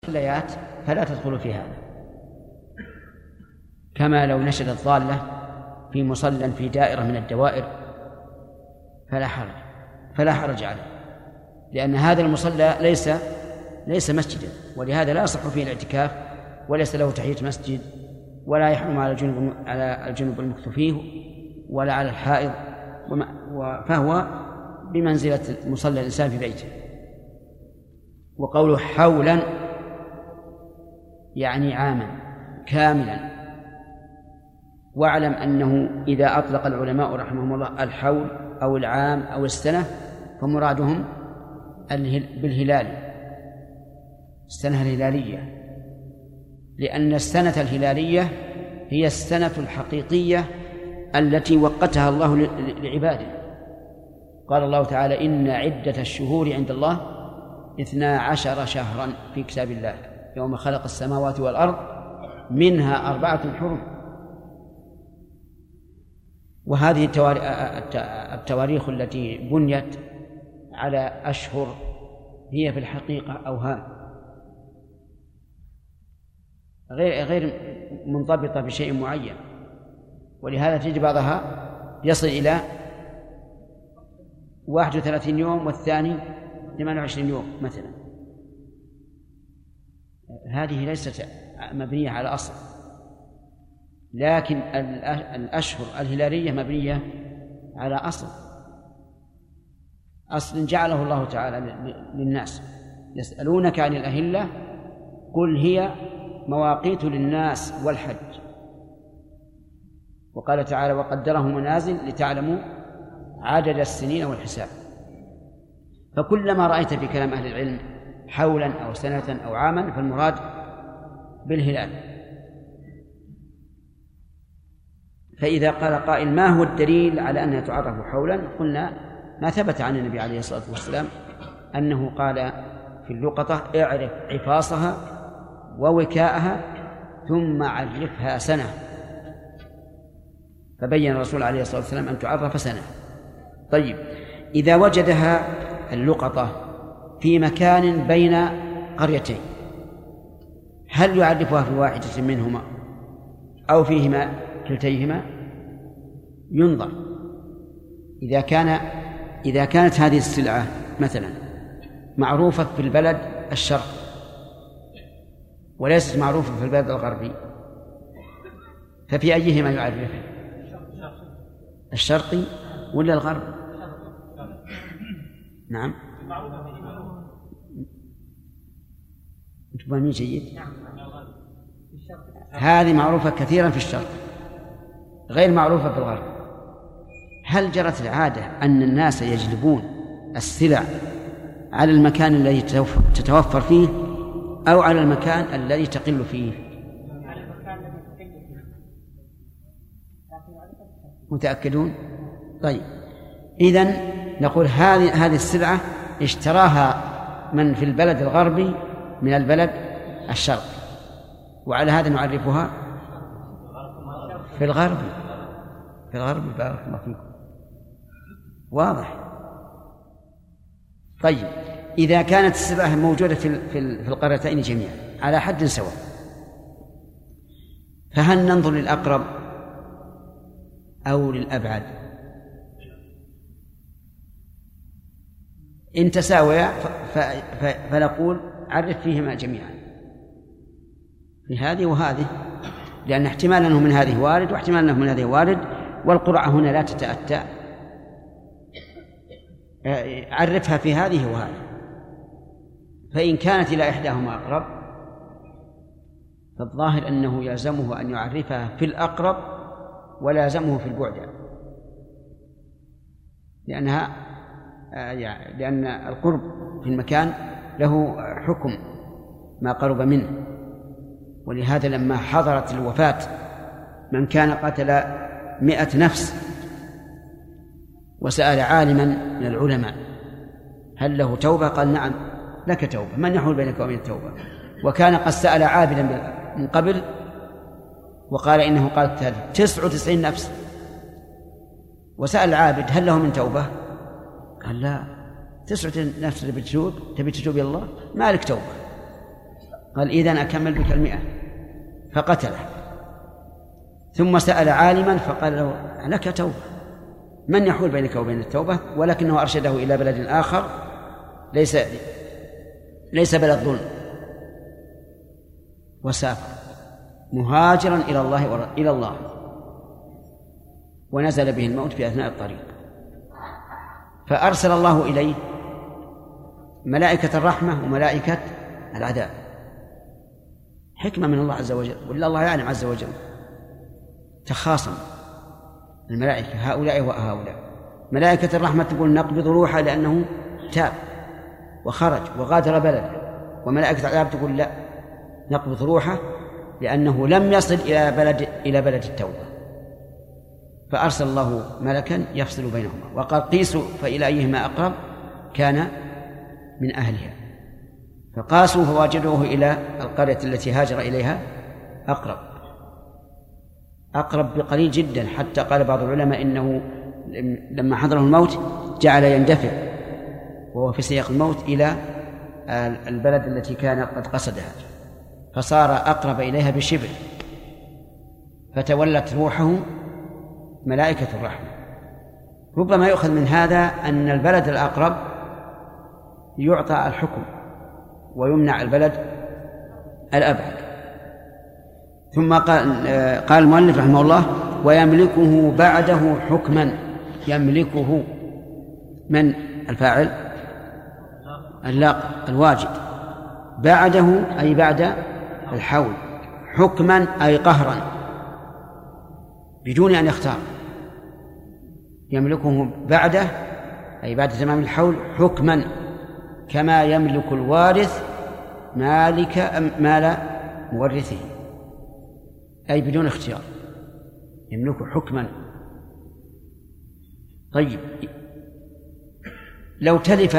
المصليات فلا تدخل في هذا، كما لو نشدت ضالة في مصلى في دائرة من الدوائر فلا حرج عليه، لأن هذا المصلى ليس مسجدا، ولهذا لا يصح فيه الاعتكاف، وليس له تحية مسجد، ولا يحرم على الجنوب المكث فيه ولا على الحائض، فهو بمنزلة مصلى الإنسان في بيته. وقوله حولا يعني عاما كاملا. واعلم أنه إذا أطلق العلماء رحمهم الله الحول أو العام أو السنة فمرادهم بالهلال، السنة الهلالية، لأن السنة الهلالية هي السنة الحقيقية التي وقتها الله لعباده. قال الله تعالى: إن عدة الشهور عند الله 12 شهرا في كتاب الله يوم خلق السماوات والأرض منها 4 حرم. وهذه التواريخ التي بنيت على أشهر هي في الحقيقة أوهام غير منضبطة بشيء معين، ولهذا تجد بعضها يصل إلى 31 يوم والثاني 28 يوم مثلا. هذه ليست مبنية على أصل، لكن الأشهر الهلالية مبنية على أصل جعله الله تعالى للناس. يسألونك عن الأهلة قل هي مواقيت للناس والحج. وقال تعالى: وقدره منازل لتعلموا عدد السنين والحساب. فكلما رأيت في كلام أهل العلم حولا أو سنة أو عاما فالمراد بالهلال. فإذا قال قائل: ما هو الدليل على أنها تعرف حولا؟ قلنا: ما ثبت عن النبي عليه الصلاة والسلام أنه قال في اللقطة: اعرف عفاصها ووكاءها ثم عرفها سنة. فبين الرسول عليه الصلاة والسلام أن تعرف سنة. طيب، إذا وجدها اللقطة في مكان بين قريتين هل يعرفها في واحدة منهما أو فيهما كلتيهما؟ ينظر. إذا كانت هذه السلعة مثلا معروفة في البلد الشرقي وليست معروفة في البلد الغربي ففي أيهما يعرفها؟ الشرقي ولا الغربي؟ نعم، أنتم فاهمين جيد. هذه معروفة كثيرا في الشرق، غير معروفة في الغرب. هل جرت العادة أن الناس يجلبون السلع على المكان الذي تتوفر فيه أو على المكان الذي تقل فيه؟ متأكدون؟ طيب، إذن نقول هذه السلعة اشتراها من في البلد الغربي من البلد الشرقي، وعلى هذا نعرفها في الغرب. بارك الله فيكم، واضح. طيب، إذا كانت السلعة موجودة في القريتين جميعا على حد سواء فهل ننظر للأقرب أو للأبعد؟ إن تساويا فنقول عرف فيهما جميعا، في هذه وهذه، لأن احتمال أنه من هذه وارد واحتمال أنه من هذه وارد، والقرعة هنا لا تتأتى. عرفها في هذه وهذه، فإن كانت إلى إحداهما أقرب فالظاهر أنه يلزمه أن يعرفها في الأقرب ولا يلزمه في البعد، لأن القرب في المكان له حكم ما قرب منه. ولهذا لما حضرت الوفاة من كان قتل 100 نفس وسأل عالما من العلماء هل له توبة؟ قال: نعم لك توبة، من يحول بينك وبين التوبة؟ وكان قد سأل عابدا من قبل وقال إنه قتل 99 نفس، وسأل العابد هل له من توبة؟ قال: لا، 99 نفس تبي تتوب إلى الله، ما لك توبة. قال إذن أكمل بك 100، فقتله. ثم سأل عالما فقال له لك توبة، من يحول بينك وبين التوبة؟ ولكنه أرشده إلى بلد آخر ليس بلد ظلم، وسافر مهاجرا إلى الله ونزل به الموت في أثناء الطريق، فأرسل الله إليه ملائكة الرحمة وملائكة العذاب، حكمة من الله عز وجل، ولا الله يعلم عز وجل. تخاصم الملائكة هؤلاء وهؤلاء، ملائكة الرحمة تقول نقبض روحه لأنه تاب وخرج وغادر بلده، وملائكة العذاب تقول لا، نقبض روحه لأنه لم يصل إلى بلد التوبة. فأرسل الله ملكا يفصل بينهما وقال قيسوا فإلى أيهما أقرب كان من أهلها، فقاسوا فوجدوه إلى القرية التي هاجر إليها أقرب بقليل جدا، حتى قال بعض العلماء إنه لما حضره الموت جعل يندفع وهو في سياق الموت إلى البلد التي كان قد قصدها، فصار أقرب إليها بشبر، فتولت روحه ملائكة الرحمة. ربما يؤخذ من هذا أن البلد الأقرب يعطى الحكم ويمنع البلد الأبعد. ثم قال المؤلف رحمه الله ويملكه بعده حكما. يملكه من الفاعل؟ الواجد. بعده أي بعد الحول، حكما أي قهرا بدون أن يختار. يملكه بعده أي بعد تمام الحول حكما، كما يملك الوارث مال مورثه، أي بدون اختيار يملكه حكما. طيب، لو تلف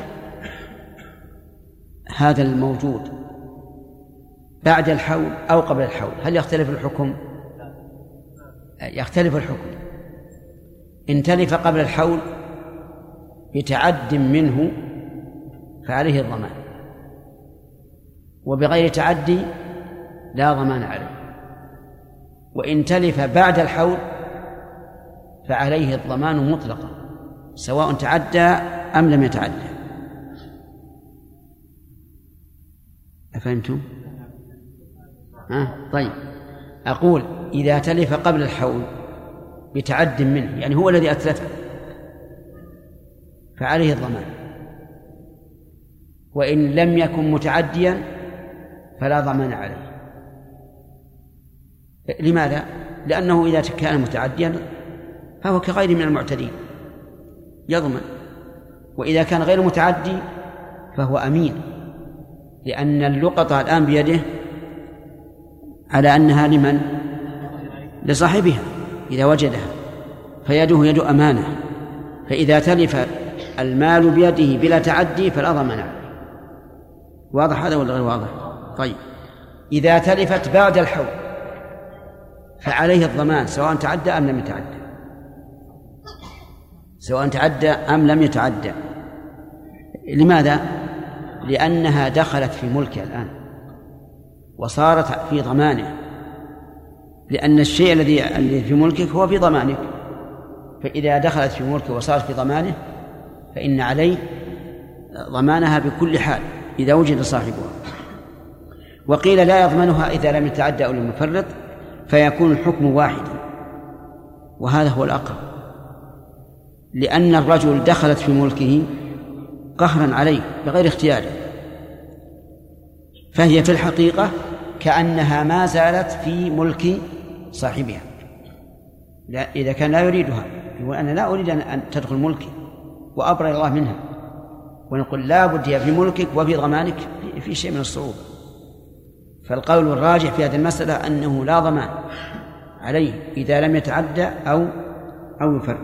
هذا الموجود بعد الحول أو قبل الحول هل يختلف الحكم؟ يختلف الحكم. إن تلف قبل الحول بتعد منه فعليه الضمان، وبغير تعدي لا ضمان عليه. وإن تلف بعد الحول فعليه الضمان مطلقا سواء تعدى أم لم يتعدى. أفهمتم؟ طيب، أقول إذا تلف قبل الحول بتعد منه، يعني هو الذي أتلفه، فعليه الضمان. وإن لم يكن متعديا فلا ضمان عليه. لماذا؟ لأنه إذا كان متعديا فهو كغير من المعتدين يضمن، وإذا كان غير متعدي فهو أمين، لأن اللقطة الآن بيده على أنها لمن؟ لصاحبها إذا وجدها، فيده يد أمانة. فإذا تلف المال بيده بلا تعدي فلا ضمان عليه. واضح هذا ولا غير واضح؟ طيب، إذا تلفت بعد الحول فعليه الضمان سواء تعدى أم لم يتعدى، سواء تعدى أم لم يتعدى. لماذا؟ لأنها دخلت في ملكه الآن وصارت في ضمانه، لأن الشيء الذي في ملكك هو في ضمانك، فإذا دخلت في ملكه وصارت في ضمانه فإن عليه ضمانها بكل حال إذا وجد صاحبها. وقيل لا يضمنها إذا لم يتعدى أو لم يفرط، فيكون الحكم واحدا، وهذا هو الأقرب، لأن الرجل دخلت في ملكه قهرا عليه بغير اختياره، فهي في الحقيقة كأنها ما زالت في ملك صاحبها. إذا كان لا يريدها، يقول أنا لا أريد أن تدخل ملكي وأبرأ الله منها، ونقول لا بد هي في ملكك وفي ضمانك في شيء من الصعوبة. فالقول الراجح في هذه المسألة أنه لا ضمان عليه إذا لم يتعدى أو يفرط.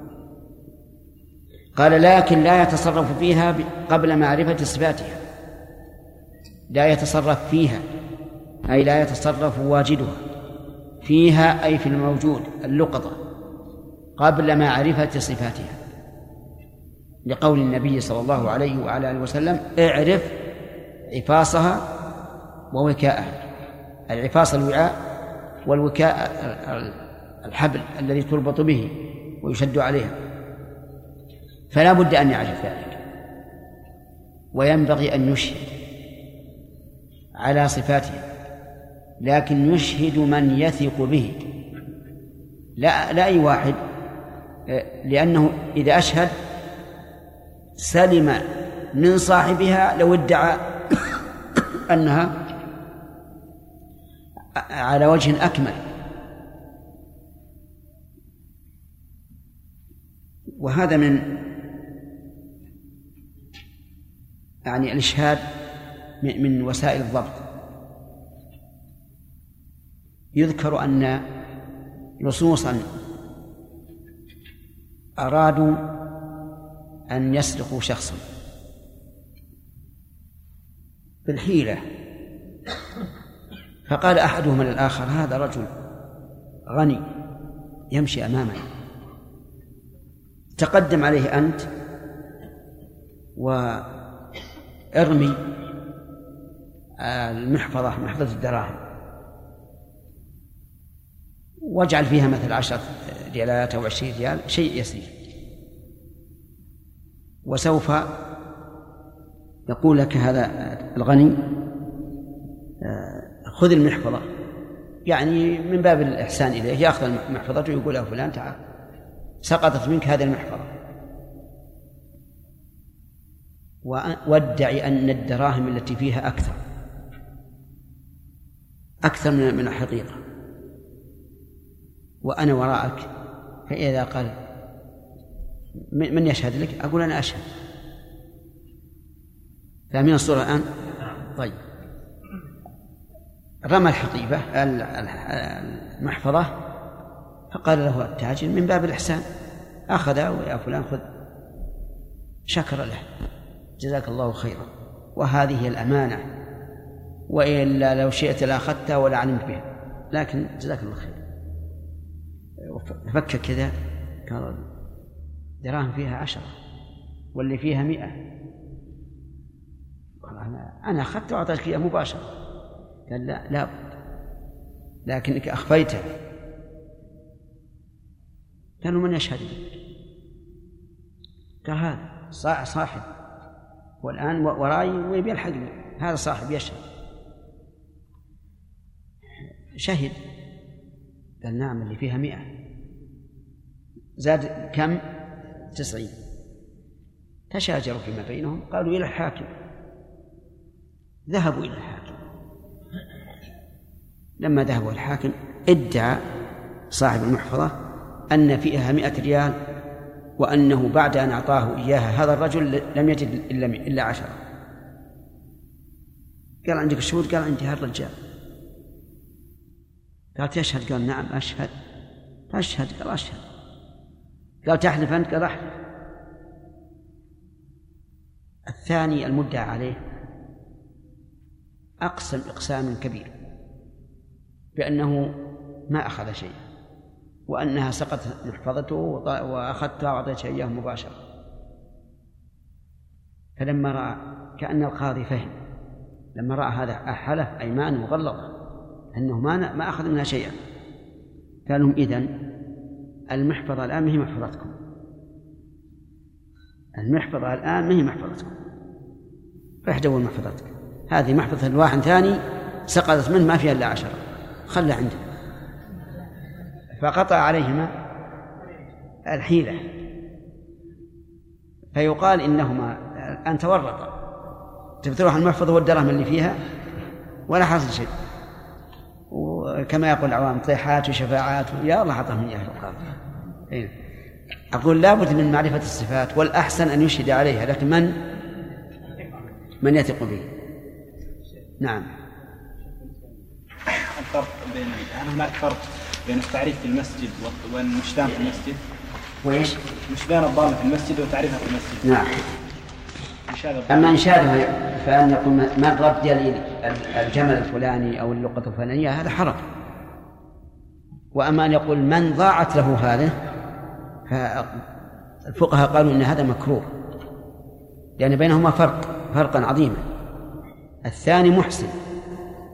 قال لكن لا يتصرف فيها قبل معرفة صفاتها. لا يتصرف فيها أي لا يتصرف واجدها فيها، أي في الموجود اللقطة، قبل معرفة صفاتها، لقول النبي صلى الله عليه وعلى آله وسلم اعرف عفاصها ووكاءه. العفاص الوعاء، والوكاء الحبل الذي تربط به ويشد عليها، فلا بد أن يعرف ذلك. وينبغي أن يشهد على صفاتها، لكن يشهد من يثق به، لا أي واحد، لأنه إذا أشهد سلم من صاحبها لو ادعى أنها على وجه أكمل. وهذا من يعني الإشهاد من وسائل الضبط. يذكر أن لصوصا أرادوا أن يسرقوا شخصا بالحيلة، فقال أحدهم للآخر: هذا رجل غني يمشي أمامنا، تقدم عليه أنت وارمي المحفظة، محفظة الدراهم، واجعل فيها مثل 10 ريالات أو 20 ريال، شيء يسير، وسوف يقول لك هذا الغني: خذ المحفظة، يعني من باب الإحسان إليه، يأخذ المحفظة ويقول له: فلان تعال، سقطت منك هذه المحفظة، وادعي أن الدراهم التي فيها أكثر من الحقيقة، وأنا وراءك. فإذا قال: من يشهد لك؟ أقول: أنا أشهد. فمن الصورة الآن؟ طيب، رمى الحقيبة المحفظة، فقال له التاجر من باب الإحسان، أخذها: ويا فلان خذ، شكر له، جزاك الله خيرا. وهذه هي الأمانة، وإلا لو شئت لأخذتها ولا علمت بها، لكن جزاك الله خير. فكر كذا، قال: دراهم فيها 10 واللي فيها 100. قال: أنا أخذتها وأعطيتك إياها مباشرة. قال: لا، لكنك أخفيتها. قالوا: من يشهد لك؟ قال: هذا صاحب، والآن وراي ويبي الحقني، هذا صاحب يشهد. شهد. قال: نعم، اللي فيها 100. زاد كم؟ 90. تشاجروا فيما بينهم، قالوا إلى الحاكم. ذهبوا إلى الحاكم. لما ذهبوا الحاكم ادعى صاحب المحفظة أن فيها 100 ريال، وأنه بعد أن أعطاه إياها هذا الرجل لم يجد إلا 10. قال: عندك الشهود؟ قال: عندي هذا الرجال. قال: تشهد؟ قال: نعم أشهد. تشهد؟ قال: أشهد. قال: تحلف أنت؟ قال: أحلف. الثاني المدعى عليه أقسم إقساما كبير بأنه ما أخذ شيء، وأنها سقطت محفظته وأخذتها وأعطيتها إياه مباشرة. فلما رأى، كأن القاضي فهم، لما رأى هذا أحله أيمان مغلظة أنه ما أخذ منها شيئا، قال لهم: إذن المحفظة الآن ما هي محفظتكم، المحفظة الآن ما هي محفظتكم، احجبوا محفظتك، هذه محفظة الواحد ثاني سقطت منه ما فيها إلا 10، خلى عنده. فقطع عليهما الحيلة. فيقال إنهما الآن تورطا، تبتلوها المحفظة والدرهم اللي فيها ولا حصل شيء، وكما يقول العوام طيحات وشفاعات، يا الله عطهم إياه القاضي. أقول لابد من معرفة الصفات، والأحسن أن يشهد عليها، لكن من يثق به. نعم. هل هناك فرق بين التعريف في المسجد والمشدان في المسجد؟ وإيش؟ مشدان الضالة في المسجد وتعريفها في المسجد. نعم. أما إنشادها فأن يقول من رد الجمل الفلاني أو اللقطة الفلانية هذا حرام. وأما أن يقول من ضاعت له هذا، فالفقهاء قالوا إن هذا مكروه، لأن بينهما فرقا عظيما. الثاني محسن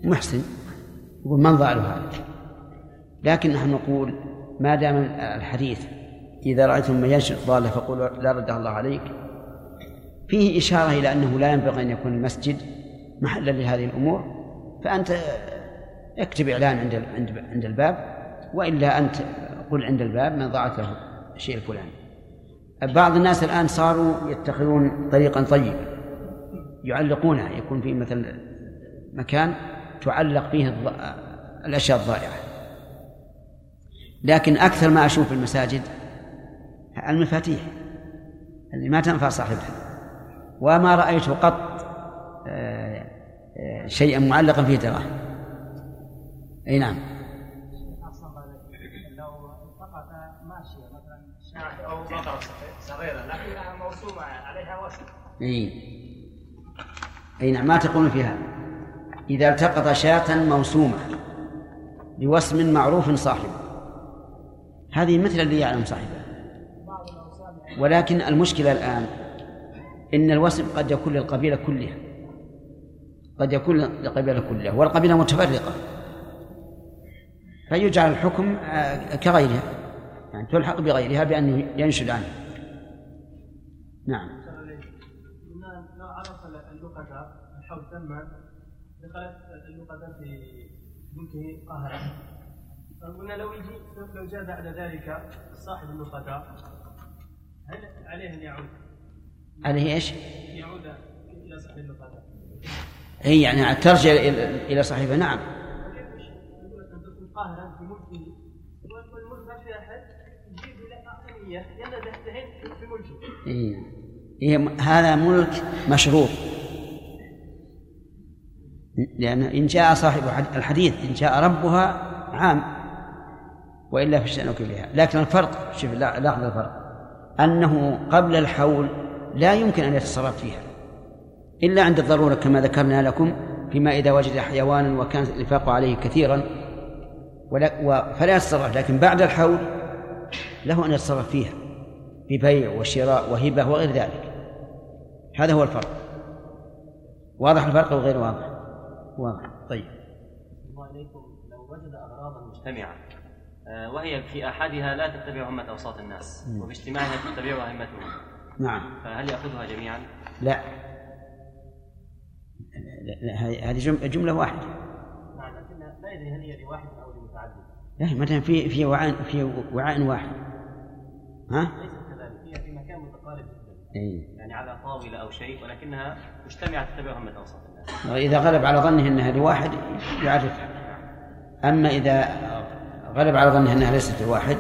محسن، يقول من ضاع له هذا. لكن نحن نقول ما دام الحديث إذا رأيتم من ينشئ ضالة فقولوا لا رده الله عليك، فيه إشارة إلى أنه لا ينبغي أن يكون المسجد محلا لهذه الأمور، فأنت اكتب إعلان عند الباب، وإلا أنت قل عند الباب من ضاعت له الشيء الفلاني. بعض الناس الآن صاروا يتخذون طريقا طيبا يعلقونها، يكون في مثل مكان تعلق فيه الأشياء الضائعة. لكن أكثر ما أشوف في المساجد المفاتيح اللي ما تنفع صاحبها، وما رأيت قط شيئا معلقا فيه دراهم. أي نعم. لو التقط ماشية مثلا شاة أو بقرة صغيرة لكنها موسومة عليها وسم. أي نعم، ما تقولون فيها إذا التقط شاة موسومة بوسم معروف صاحبه، هذه مثل اللي يعلم صاحبها. ولكن المشكلة الآن إن الوسم قد يكون للقبيلة كلها، قد يكون للقبيلة كلها والقبيلة متفرقة، فيجعل الحكم كغيرها، يعني تلحق بغيرها بأنه ينشد عنه. نعم. لو عرف اللقطة الحول ثمن دخلت اللقطة في ملكه قهرا، فقلنا لو جاء بعد ذلك صاحب اللقطة هل عليه أن يعود؟ عليه إيش؟ يعود إلى صاحب اللقطة. هي يعني ترجع إلى صاحبها. نعم. قاهرا في ملكه والملك ما في أحد يجيب له أقنية يلا دهين في ملكه. هذا ملك مشروط، لأن إن جاء صاحب الحديث إن جاء ربها عام وإلا في الشأن كلها. لكن الفرق، شوف لاحظ الفرق، أنه قبل الحول لا يمكن أن يتصرف فيها إلا عند الضرورة كما ذكرنا لكم، فيما إذا وجد حيوانا وكان الإنفاق عليه كثيرا فلا يتصرف. لكن بعد الحول له أن يتصرف فيها ببيع وشراء وهبة وغير ذلك. هذا هو الفرق. واضح الفرق وغير واضح؟ واضح. طيب. الله عليكم، لو وجد أغراضا مجتمعة وهي في أحدها لا تتبع همة أوساط الناس وباجتماعها تتبعها همتهم، نعم، فهل يأخذها جميعا؟ لا، هذه جملة واحدة. نعم، لكن لا يدري هل هي لواحد أو لمتعدد. لا، مثلا في وعاء واحد. ها؟ ليس كذلك، هي في مكان متقارب جدا. يعني على طاولة أو شيء، ولكنها مجتمعة تتبع همة أوساط الناس. إذا غلب على ظنه أنها لواحد يعرفها. أما إذا غلب على ظنه أنها ليست لواحد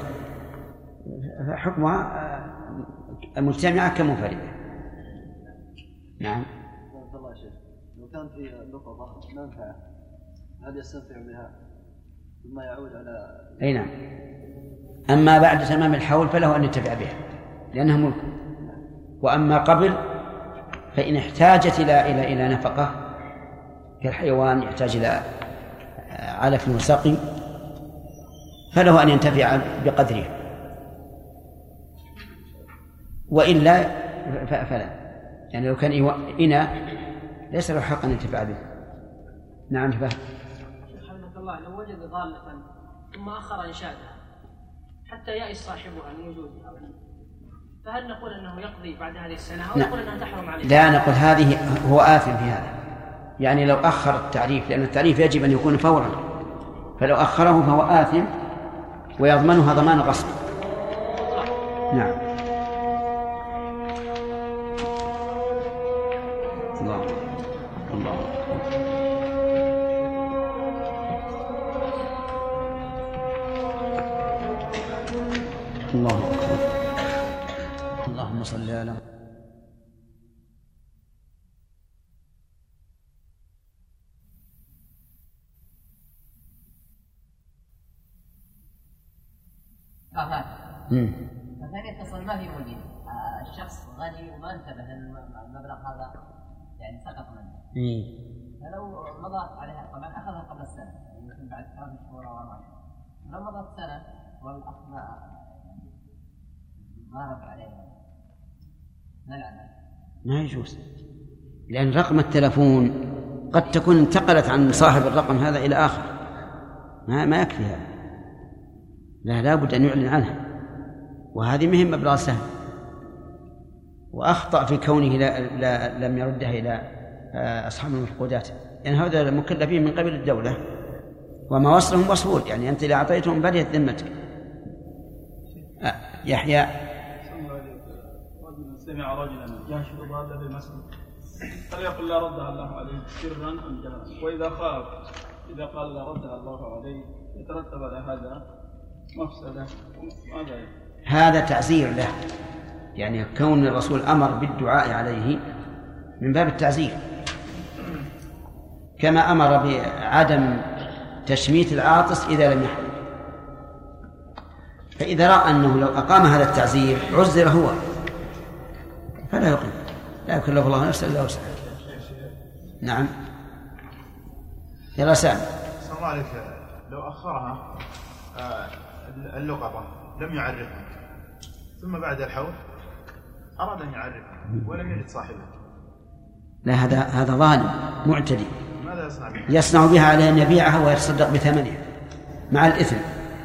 فحكمها المجتمعة كمنفردة. نعم. لو كان في لقطة منفعة هل يستنفع بها ثم يعود على؟ أي نعم. أما بعد تمام الحول فله أن يتبع بها لأنها ملك. وأما قبل فإن احتاجت إلى نفقة كالحيوان يحتاج إلى علف وسقي فله أن ينتفع بقدره، وإلا فلا. يعني لو كان إناء ليس له حق أن ينتفع به. نعم. فهم. حفظك الله، لو وجد ضالة ثم أخر إنشادها حتى يأس صاحبها من وجودها، فهل نقول أنه يقضي بعد هذه السنة أو نقول أنها تحرم عليه؟ لا، نقول هذه هو آثم في هذا. يعني لو أخر التعريف، لأن التعريف يجب أن يكون فورا، فلو أخره فهو آثم ويضمنها ضمان غصب. نعم. الله الله أكبر. اللهم صل على مثلا يتصل ما في وجه الشخص غني وما انتبه المبلغ هذا يعني سقط منه. فلو مضى عليها طبعا اخذها قبل السنه يعني يمكن بعد 3 شهور او 4 شهور، لو مضت سنه والاخ ما رد عليها نلعب. ما يجوز، لأن رقم التلفون قد تكون انتقلت عن صاحب الرقم هذا إلى آخر، ما يكفي هذا، لا بد أن يعلن عنها، وهذه مهم مبلغ سهل، وأخطأ في كونه لم يردها إلى أصحاب المفقودات، يعني هذا المكلفين من قبل الدولة وما وصلهم وصول، يعني أنت إذا أعطيتهم بريت ذمتك. يحيى رجل سمع رجلا ينشد ضالة في المسجد فليقل لا ردها الله عليه سرا أم جهرا، وإذا خاف إذا قال لا ردها الله عليه يترتب على هذا مفسدة. هذا تعزير له، يعني كون الرسول أمر بالدعاء عليه من باب التعزير، كما أمر بعدم تشميت العاطس إذا لم يحضر. فإذا رأى أنه لو أقام هذا التعزير عزر هو فلا يقيم، لا يكلف الله نفسا إلا وسعها. نعم. يا سامي. صلى الله عليك، لو أخرها اللقطة لم يعرفها ثم بعد الحول أراد أن يعرفها ولم يجد صاحبها، لا هذا ظالم معتدي. ماذا يصنع بها؟ يصنع بها على أن يبيعها ويتصدق بثمنها مع الإثم.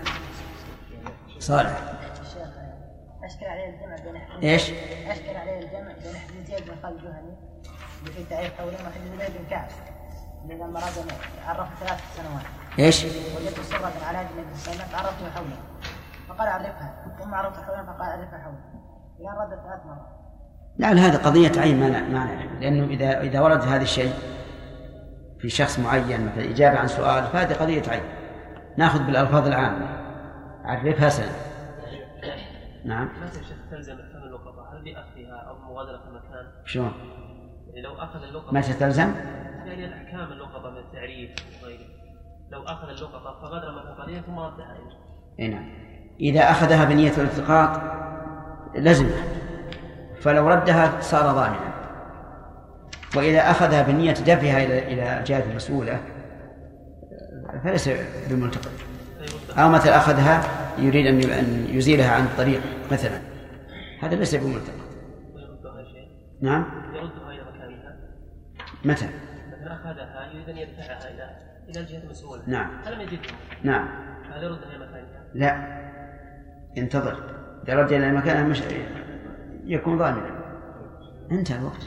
صالح. أشكل عليه الجمع بين إيش؟ أشكل عليه الجمع بين حديث زيد بن خالد الجهني اللي في تعريف حوله وحديث زيد بن كعب اللي لما رجع عرفه 3 سنوات. إيش؟ وجدت سرة على النبي صلى الله عليه وسلم عرفته حوله فقال أعرفها، ثم عرفت حوله فقال أعرفها حوله، إلى رد 3 مرات. لا هذا قضية عين ما نعرف، لأنه إذا ورد هذا الشيء في شخص معين مثل إجابة عن سؤال فهذه قضية عين، نأخذ بالألفاظ العامة عرفها سنة. نعم. متى تلزم أحكام اللقطة؟ هل بأخذها أو مغادرة المكان؟ شلون؟ يعني لو أخذ اللقطة متى تلزم؟ يعني الأحكام اللقطة من التعريف وغيره، لو أخذ اللقطة فغادر مكان قليلا ثم ردها إليه. نعم. إذا أخذها بنية الالتقاط لزمها، فلو ردها صار ضامنا، وإذا أخذها بنية دفعها إلى جهة المسؤولة فليس بملتقط. أو مثل أخذها يريد أن يزيلها عن الطريق مثلا، هذا ليس بملتقط. نعم. يردها إلى مكانها. متى؟ مثلا أخذها يريد أن يدفعها إلى الجهة المسؤولة. نعم. هل يجدها؟ نعم. هل يردها إلى مكانها؟ لا، انتظر، إذا رد إلى مكانها مش يكون ضامنا. انتهى الوقت.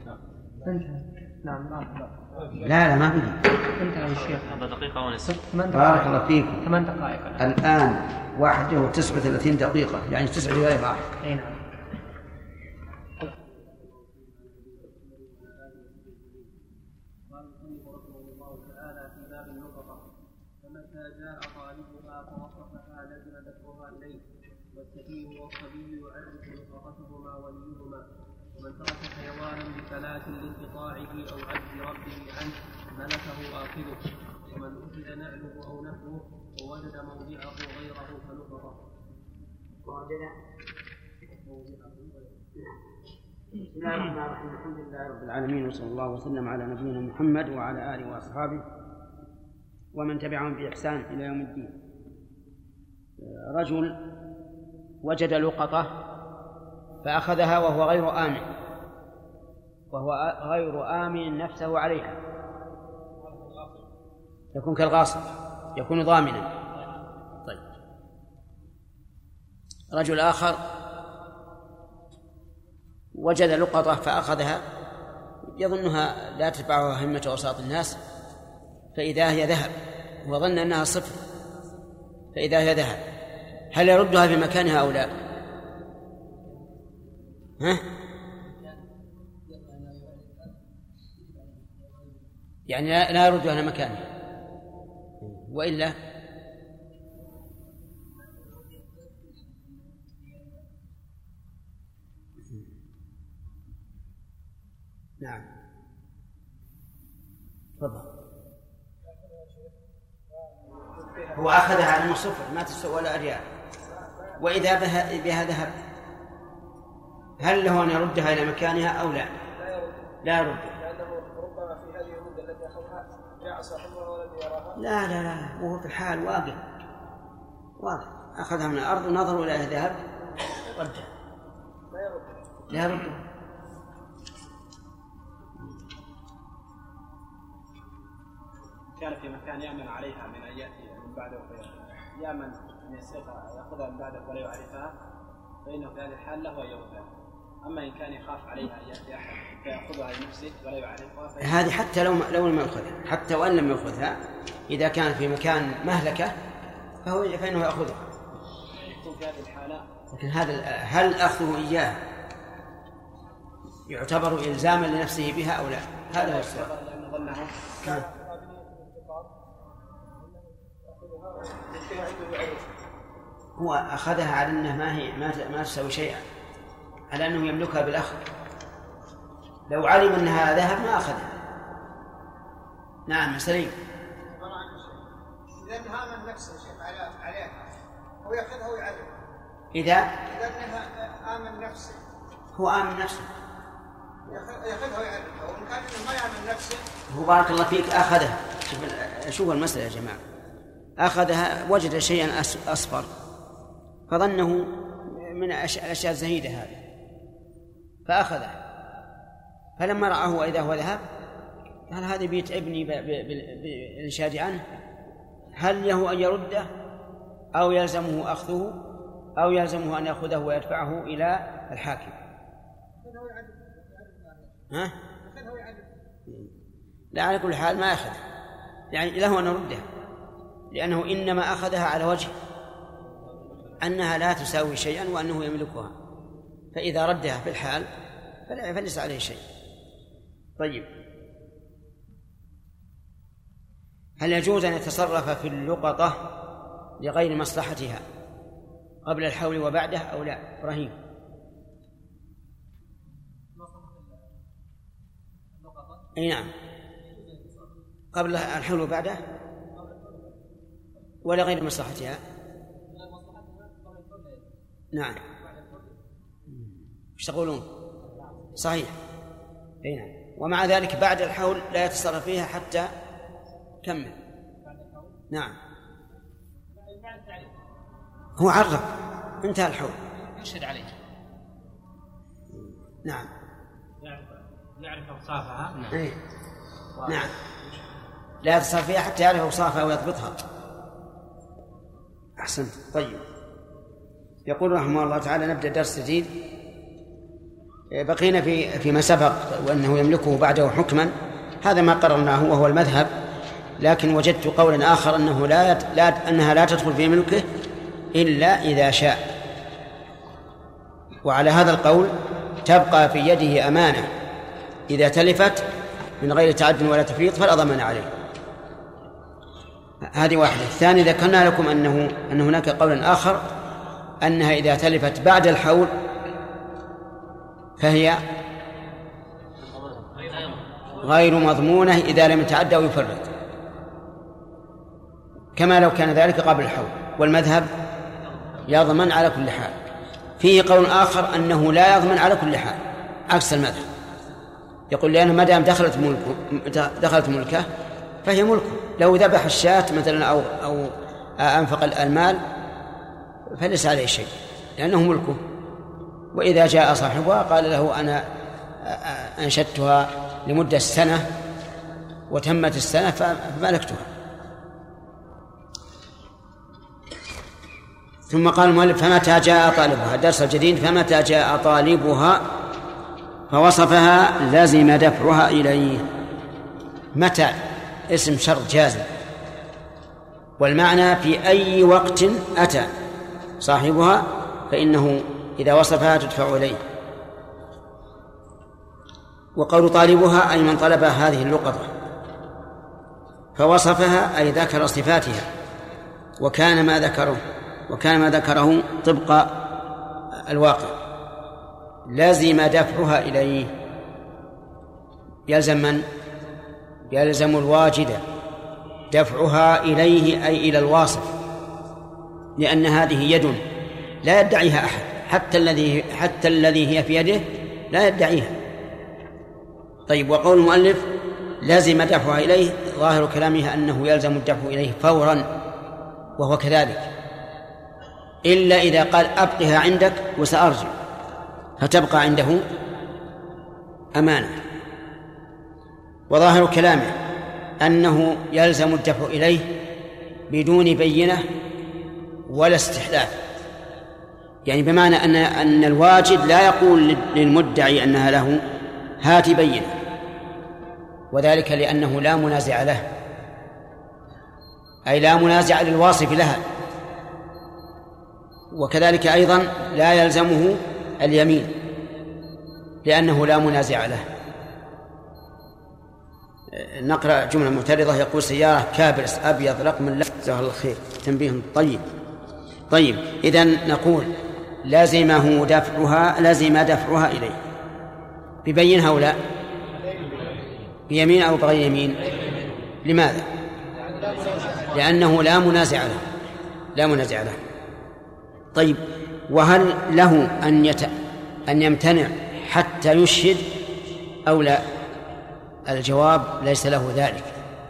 نعم. لا ما بقي. انتهى الشيخ. هذا دقيقة ونصف. بارك الله فيكم. 8 دقائق الآن 31 دقيقة، يعني 9 دقائق راح. أي نعم. فمتى جاء طالبها فوصفها لزم دفعها إليه، والسفيه والصبي يعرف لقطتهما وليهما، ومن ترك حيوانا بفلاة لانقطاعه أو عجز ربه عنه ملكه آخذه، ومن أخذ نعله أو نحوه ووجد موضعه غيره فلقطه. بسم الله الرحمن الرحيم، الحمد لله رب العالمين، وصلى الله وسلم على نبينا محمد وعلى آله وأصحابه ومن تبعهم بإحسان إلى يوم الدين. رجل وجد لقطة فأخذها وهو غير آمن نفسه عليها، يكون كالغاصب، يكون ضامنا. طيب. رجل آخر وجد لقطة فأخذها يظنها لا تتبعها همة أوساط الناس، فإذا هي ذهب، وظن أنها صفر، فإذا هي ذهب هل يردها في مكانها أو لا؟ يعني لا يردها إلى مكانها، وإلا نعم. تفضل. هو أخذها على صفر ما تسوى ولا ريال، وإذا بها ذهب هل له أن يردها إلى مكانها أو لا؟ لا يرد، لأنه ربما في هذه المدة التي أخذها جاء صاحبها ولم يراها. لا وهو في الحال واقف أخذها من الأرض ونظروا إلى ذهب ردها، لا يرد. كان في مكان يأمن عليها من أن يأتي من بعده يأمن أن يأخذها من بعده ولا يعرفها، فإنه في هذه الحال له أن يردها. أما إن كان يخاف عليها أن يأتي أحد فيأخذها لنفسه ولا يعرفها، هذه حتى لو لم يأخذها، حتى وإن لم يأخذها، إذا كان في مكان مهلكة فإنه يأخذها. في هذه الحالة لكن هل أخذه إياه يعتبر إلزاما لنفسه بها أو لا؟ هذا هو السؤال. هو أخذها على أنها ما تسوي شيئا، على أنه يملكها بالأخذ. لو علم أنها ذهب ما أخذها. نعم سليم. إذا انها من نفسه شيء عليها هو يأخذها ويعرفها. إذا أنها آمن نفسه، هو آمن نفسه يأخذها ويعرفها، وإن كان ما يآمن نفسه هو بارك الله فيك أخذها. شوف المسألة يا جماعة، أخذها وجد شيئا أصفر فظنه من الأشياء الزهيدة هذه فأخذها، فلما رآه وإذا هو ذهب قال هذا بيتعبني بالإنشاد عنه، هل له أن يرده أو يلزمه أخذه أو يلزمه أن يأخذه ويدفعه إلى الحاكم؟ ها؟ لا، على كل حال ما أخذ، يعني له أن يردها، لأنه إنما أخذها على وجه أنها لا تساوي شيئا وأنه يملكها، فإذا ردها في الحال فليس عليه شيء. طيب، هل يجوز أن يتصرف في اللقطة لغير مصلحتها قبل الحول وبعده أو لا؟ إبراهيم. أي نعم، قبل الحول وبعده ولا غير مصلحتها؟ نعم. ايش تقولون؟ صحيح. أي نعم. ومع ذلك بعد الحول لا يتصرف فيها حتى كمل. نعم، هو عرف انتهى الحول يشهد عليه. نعم، يعرف أوصافها. نعم. نعم، لا يتصرف فيها حتى يعرف أوصافها ويضبطها. أحسنت. طيب، يقول رحمه الله تعالى: نبدأ درس جديد. بقينا فيما سبق وأنه يملكه بعده حكما، هذا ما قررناه وهو المذهب، لكن وجدت قولا آخر أنه أنها لا تدخل في ملكه إلا إذا شاء، وعلى هذا القول تبقى في يده أمانة إذا تلفت من غير تعد ولا تفريط فلا ضمان عليه. هذه واحدة. الثاني، ذكرنا لكم أن هناك قولا آخر أنها إذا تلفت بعد الحول فهي غير مضمونة إذا لم يتعدى أو يفرط، كما لو كان ذلك قبل الحول، والمذهب يضمن على كل حال. فيه قول آخر أنه لا يضمن على كل حال عكس المذهب، يقول لأنه ما دام دخلت ملكه فهي ملكه، لو ذبح الشاة مثلا أو أنفق المال فليس عليه شيء لأنه ملكه. وإذا جاء صاحبها قال له: أنا أنشدتها لمدة سنة وتمت السنة فملكتها. ثم قال المؤلف: فمتى جاء طالبها، الدرس الجديد: فمتى جاء طالبها فوصفها لزم دفعها إليه. متى اسم شرط جازم، والمعنى في أي وقت أتى صاحبها فإنه إذا وصفها تدفع إليه. وقول طالبها أي من طلب هذه اللقطة، فوصفها أي ذكر صفاتها، وكان ما ذكره طبق الواقع. لازم دفعها إليه، يلزم من؟ يلزم الواجد دفعها إليه أي إلى الواصف، لأن هذه يد لا يدعيها أحد، حتى الذي هي في يده لا يدعيها. طيب، وقول المؤلف لازم دفعها إليه، ظاهر كلامها أنه يلزم الدفع إليه فورا، وهو كذلك، إلا إذا قال: أبقها عندك وسأرجع، فتبقى عنده أمانة. وظاهر كلامه أنه يلزم الدفع إليه بدون بينة ولا استحلال، يعني بمعنى أن الواجد لا يقول للمدعي أنها له هات بينة، وذلك لأنه لا منازع له، أي لا منازع للواصف لها. وكذلك أيضا لا يلزمه اليمين لأنه لا منازع له. نقرأ جملة معترضة، يقول سيارة كابرس أبيض رقم لا جزاه الله خير، تنبيه طيب إذن نقول لازم دفعها إليه ببينها أو لا، بيمين أو بغير يمين. لماذا؟ لأنه لا منازع له. طيب وهل له أن يمتنع حتى يشهد أو لا؟ الجواب ليس له ذلك،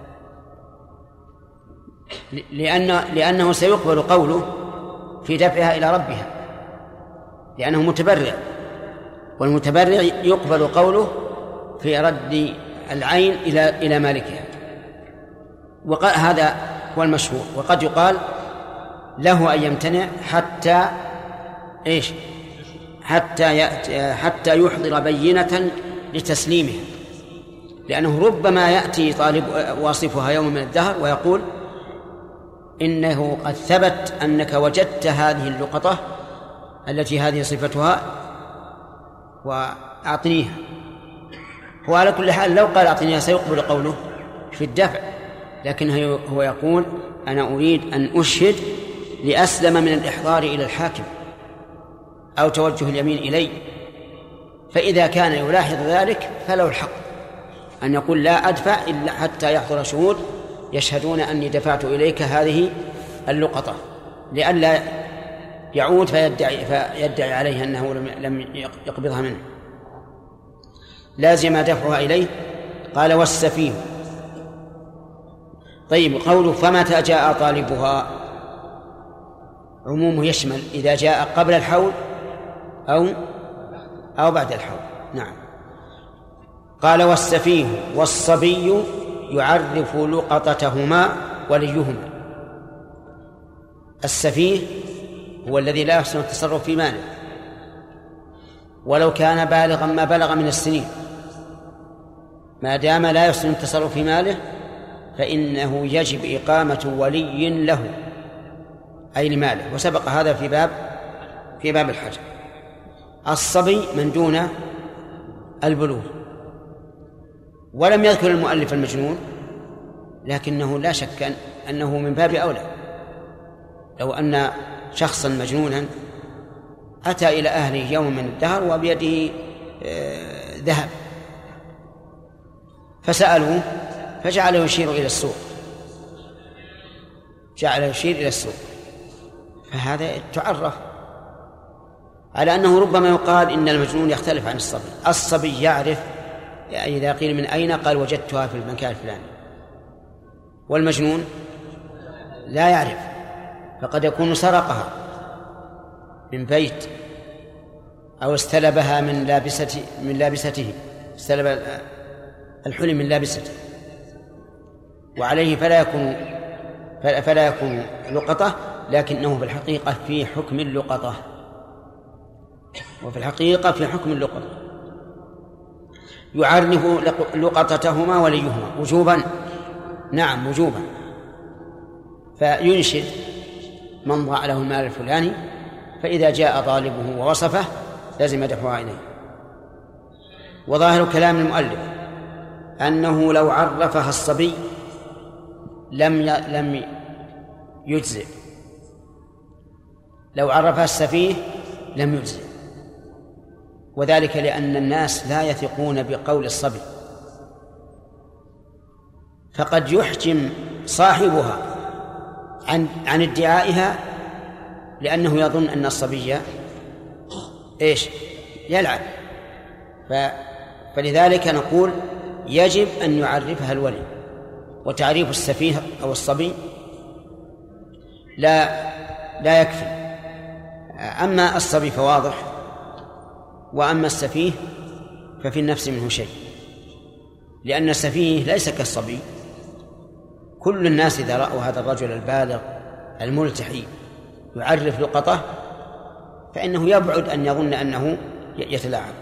لأنه سيقبل قوله في دفعها إلى ربها، لأنه متبرع، والمتبرع يقبل قوله في رد العين إلى مالكها، هذا هو المشهور. وقد يقال له أن يمتنع حتى يحضر بينة لتسليمها، لأنه ربما يأتي طالب واصفها يوم من الدهر ويقول إنه قد ثبت أنك وجدت هذه اللقطة التي هذه صفتها وأعطنيها. هو على كل حال لو قال أعطنيها سيقبل قوله في الدفع، لكن هو يقول أنا أريد أن أشهد لأسلم من الإحضار إلى الحاكم أو توجه اليمين إلي. فإذا كان يلاحظ ذلك فله الحق أن يقول لا أدفع إلا حتى يحضر شهود يشهدون أني دفعت إليك هذه اللقطة، لئلا يعود فيدعي عليه أنه لم يقبضها منه. لازم دفعها إليه. قال والسفيه. طيب قوله فمتى جاء طالبها عمومه يشمل إذا جاء قبل الحول أو بعد الحول. نعم. قال والسفيه والصبي يعرف لقطتهما وليهما. السفيه هو الذي لا يحسن التصرف في ماله، ولو كان بالغا ما بلغ من السنين، ما دام لا يحسن التصرف في ماله فإنه يجب إقامة ولي له أي لماله، وسبق هذا في باب الحج. الصبي من دون البلوغ، ولم يذكر المؤلف المجنون، لكنه لا شك أنه من باب أولى. لو أن شخصا مجنونا أتى إلى أهله يوم من الدهر وبيده ذهب فسألوه فجعل يشير إلى السوق، فهذا تعرف على أنه ربما يقال إن المجنون يختلف عن الصبي. الصبي يعرف، إذا قيل من أين قال وجدتها في المكان الفلاني، والمجنون لا يعرف، فقد يكون سرقها من بيت أو استلبها من لابسته، استلب الحلم من لابسته، وعليه فلا يكون لقطة، لكنه في الحقيقة في حكم اللقطة، يعرف لقطتهما وليهما وجوبا. نعم وجوبا. فينشد من ضاع له المال الفلاني، فإذا جاء طالبه ووصفه لازم دفعها إليه. وظاهر كلام المؤلف أنه لو عرفها الصبي لم يجزئ، لو عرفها السفيه لم يجزئ، وذلك لأن الناس لا يثقون بقول الصبي، فقد يحجم صاحبها عن ادعائها لأنه يظن أن الصبي يلعب. فلذلك نقول يجب أن يعرفها الولي، وتعريف السفيه أو الصبي لا يكفي. أما الصبي فواضح، وأما السفيه ففي النفس منه شيء، لأن السفيه ليس كالصبي، كل الناس إذا رأوا هذا الرجل البالغ الملتحي يعرف لقطة فإنه يبعد أن يظن أنه يتلاعب.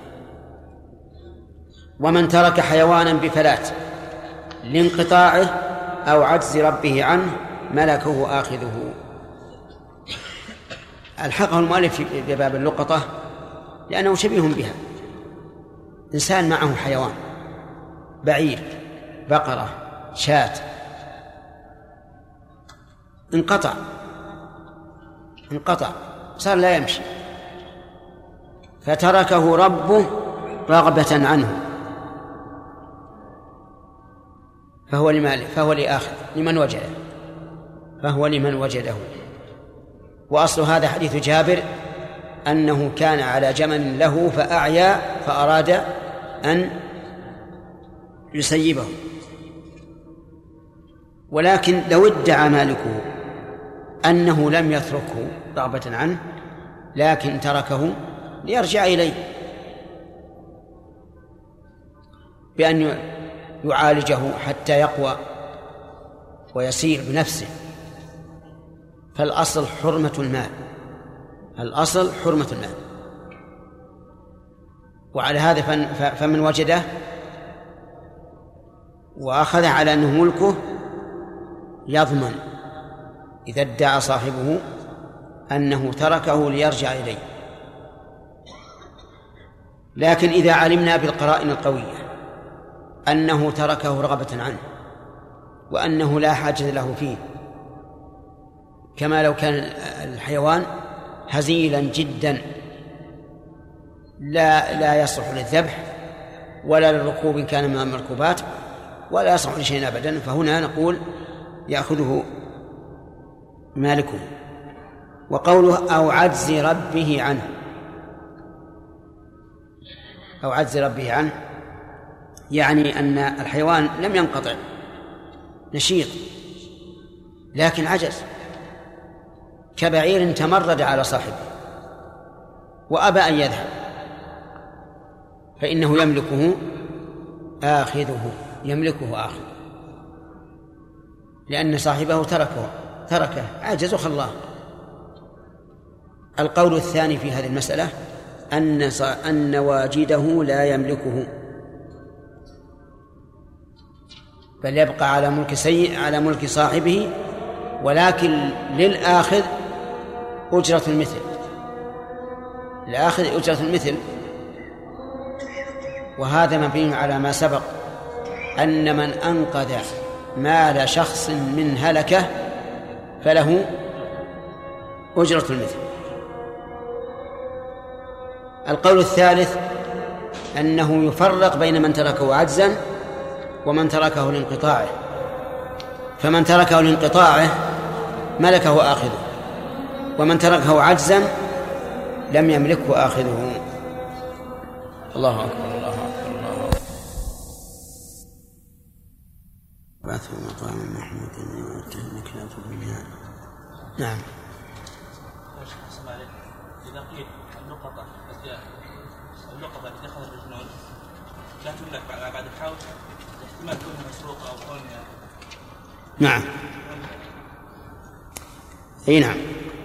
ومن ترك حيوانا بفلات لانقطاعه أو عجز ربه عنه ملكه آخذه. الحقه المؤلف في باب اللقطة لأنه شبيه بها. إنسان معه حيوان، بعير، بقرة، شاة، انقطع صار لا يمشي، فتركه ربه رغبة عنه فهو لمالك، فهو لآخذ، فهو لمن وجده. وأصل هذا حديث جابر أنه كان على جمل له فأعيا فأراد أن يسيبه، ولكن لو ادعى مالكه أنه لم يتركه رغبة عنه لكن تركه ليرجع إليه بأن يعالجه حتى يقوى ويسير بنفسه، فالأصل حرمة المال، الأصل حرمة المال. وعلى هذا فمن وجده وأخذ على أنه ملكه يضمن إذا ادعى صاحبه أنه تركه ليرجع إليه. لكن إذا علمنا بالقرائن القوية أنه تركه رغبة عنه وأنه لا حاجة له فيه، كما لو كان الحيوان هزيلا جدا لا يصلح للذبح ولا للركوب إن كان من المركوبات ولا يصلح لشيء أبدا، فهنا نقول يأخذه مالكه. وقوله أو عجز ربه عنه، أو عجز ربه عنه يعني أن الحيوان لم ينقطع، نشيط لكن عجز، كبعير تمرد على صاحبه وأبى أن يذهب فإنه يملكه آخذه لأن صاحبه تركه عجز وخلاه. القول الثاني في هذه المسألة أن واجده لا يملكه بل يبقى على ملك صاحبه، ولكن للآخذ أجرة المثل، للآخذ أجرة المثل. وهذا مبني على ما سبق أن من أنقذ مال شخص من هلكة فله أجرة المثل. القول الثالث أنه يفرق بين من تركه عجزا ومن تركه لانقطاعه، فمن تركه لانقطاعه ملكه آخذه، ومن تركه عجزا لم يملكه آخذه. الله أكبر الله أكبر الله أكبر. بعثه مقام محمود إنك لا تضل. نعم. إذا قيل اللقطة التي أخذ المجنون لا تملك بعد الحول، احتمال كونها مسروقة أو كونها. نعم. أي نعم.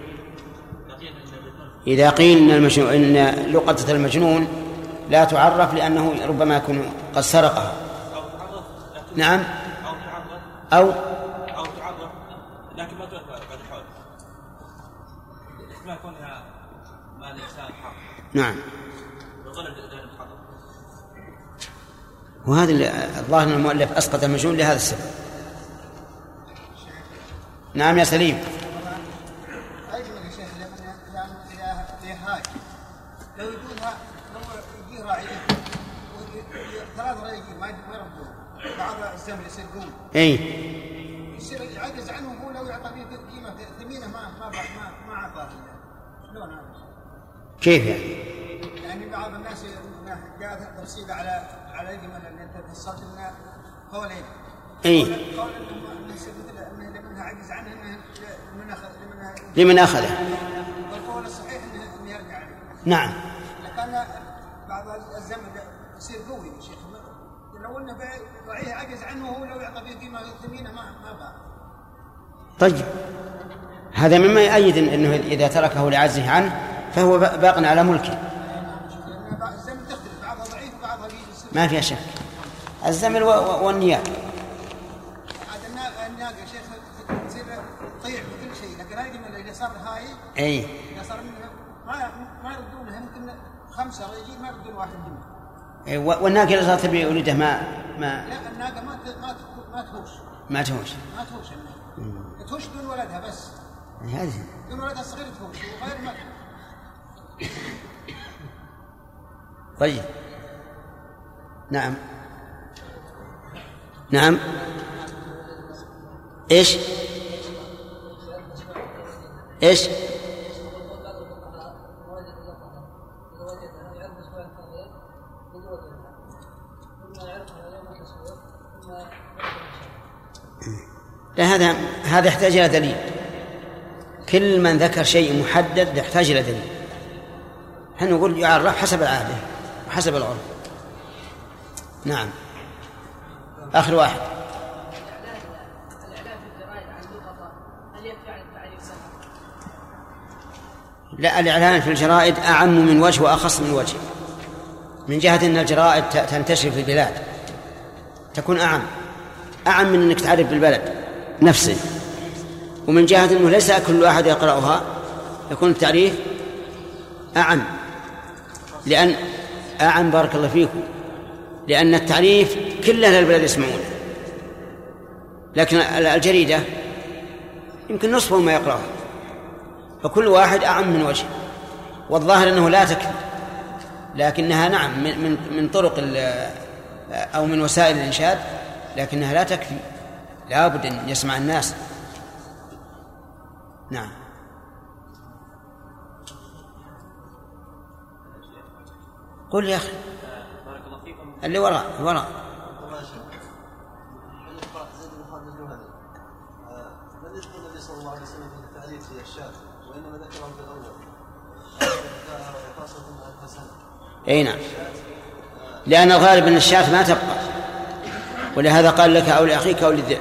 إذا قيل إن لقطة المجنون لا تعرف لأنه ربما يكون قد سرقها. نعم. أو تعرف لكن ما تملك بعد الحول، احتمال كونها مال الإنسان حق. نعم. وهذا الظاهر أن المؤلف أسقط المجنون لهذا السبب. نعم يا سليم. أجمل يا شيخ إذا هاي لو يقولها لو يجي راعي ثلاث راعي ما يربون بعض الزمن يصير قوي. يصير يعجز عنه هو لو يعطى فيه قيمة ثمينة ما عطاه. شلون هذا؟ كيف يعني؟ يعني بعض الناس جاءت تفصيل على يد من اللي انت فصلت لنا قولين. قول انه لمنها عجز عنه انه لمن اخذه. والقول الصحيح انه يرجع عليه. نعم. لكن بعض الزمن يصير قوي يا شيخ. لو انه رعيه عجز عنه هو لو يعطى فيه قيمه ثمينه ما باع. طيب هذا مما يؤيد أنه إذا تركه لعجزه عنه فهو باق على ملكه. ما فيها شك. الزمن والنياب. النياب يا شيخ تصير تطيع بكل شيء، لكن هذه إذا صار هاي إيه إذا صار منه ما يردونها، يمكن 5 يجي ما يردون واحد منه. إيه والناقة إذا صارت تبي ولدها ما لا الناقة ما تهوش تهوش دون ولدها بس. هذه دون ولدها الصغير تهوش وغير ما. طيب نعم نعم. إيش لا هذا يحتاج إلى دليل. كل من ذكر شيء محدد يحتاج إلى دليل. نحن نقول يعرف حسب العادة وحسب العرف. نعم آخر واحد. لا الإعلان في الجرائد أعم من وجه وأخص من وجه، من جهة أن الجرائد تنتشر في البلاد تكون أعم من أنك تعرف بالبلد نفسه، ومن جهة أنه ليس كل أحد يقرأها يكون التعريف أعم، لأن أعم بارك الله فيكم، لأن التعريف كل أهل البلد يسمعونه، لكن الجريدة يمكن نصفهم ما يقرأها، فكل واحد أعم من وجه. والظاهر أنه لا تكفي، لكنها نعم من طرق أو من وسائل الإنشاد، لكنها لا تكفي، لا بد أن يسمع الناس. نعم قل يا أخي. بارك الله فيكم. اللي وراء لم يذكر النبي صلى الله عليه وسلم في التعريف في الشاة، وإنما ذكره في الأول خاصة مع الحسن. أي نعم، لأن الغالب أن الشاة ما تبقى، ولهذا قال لك أو لأخيك أو للذئب.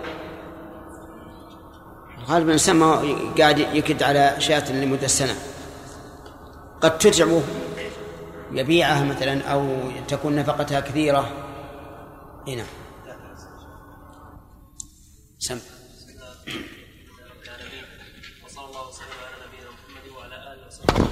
الغالب الإنسان ما قاعد يكد على شاة لمدة سنة، قد تتعبه يبيعها مثلا أو تكون نفقتها كثيرة. هنا سم. وصلى الله وسلم على نبينا محمد وعلى آله وصحبه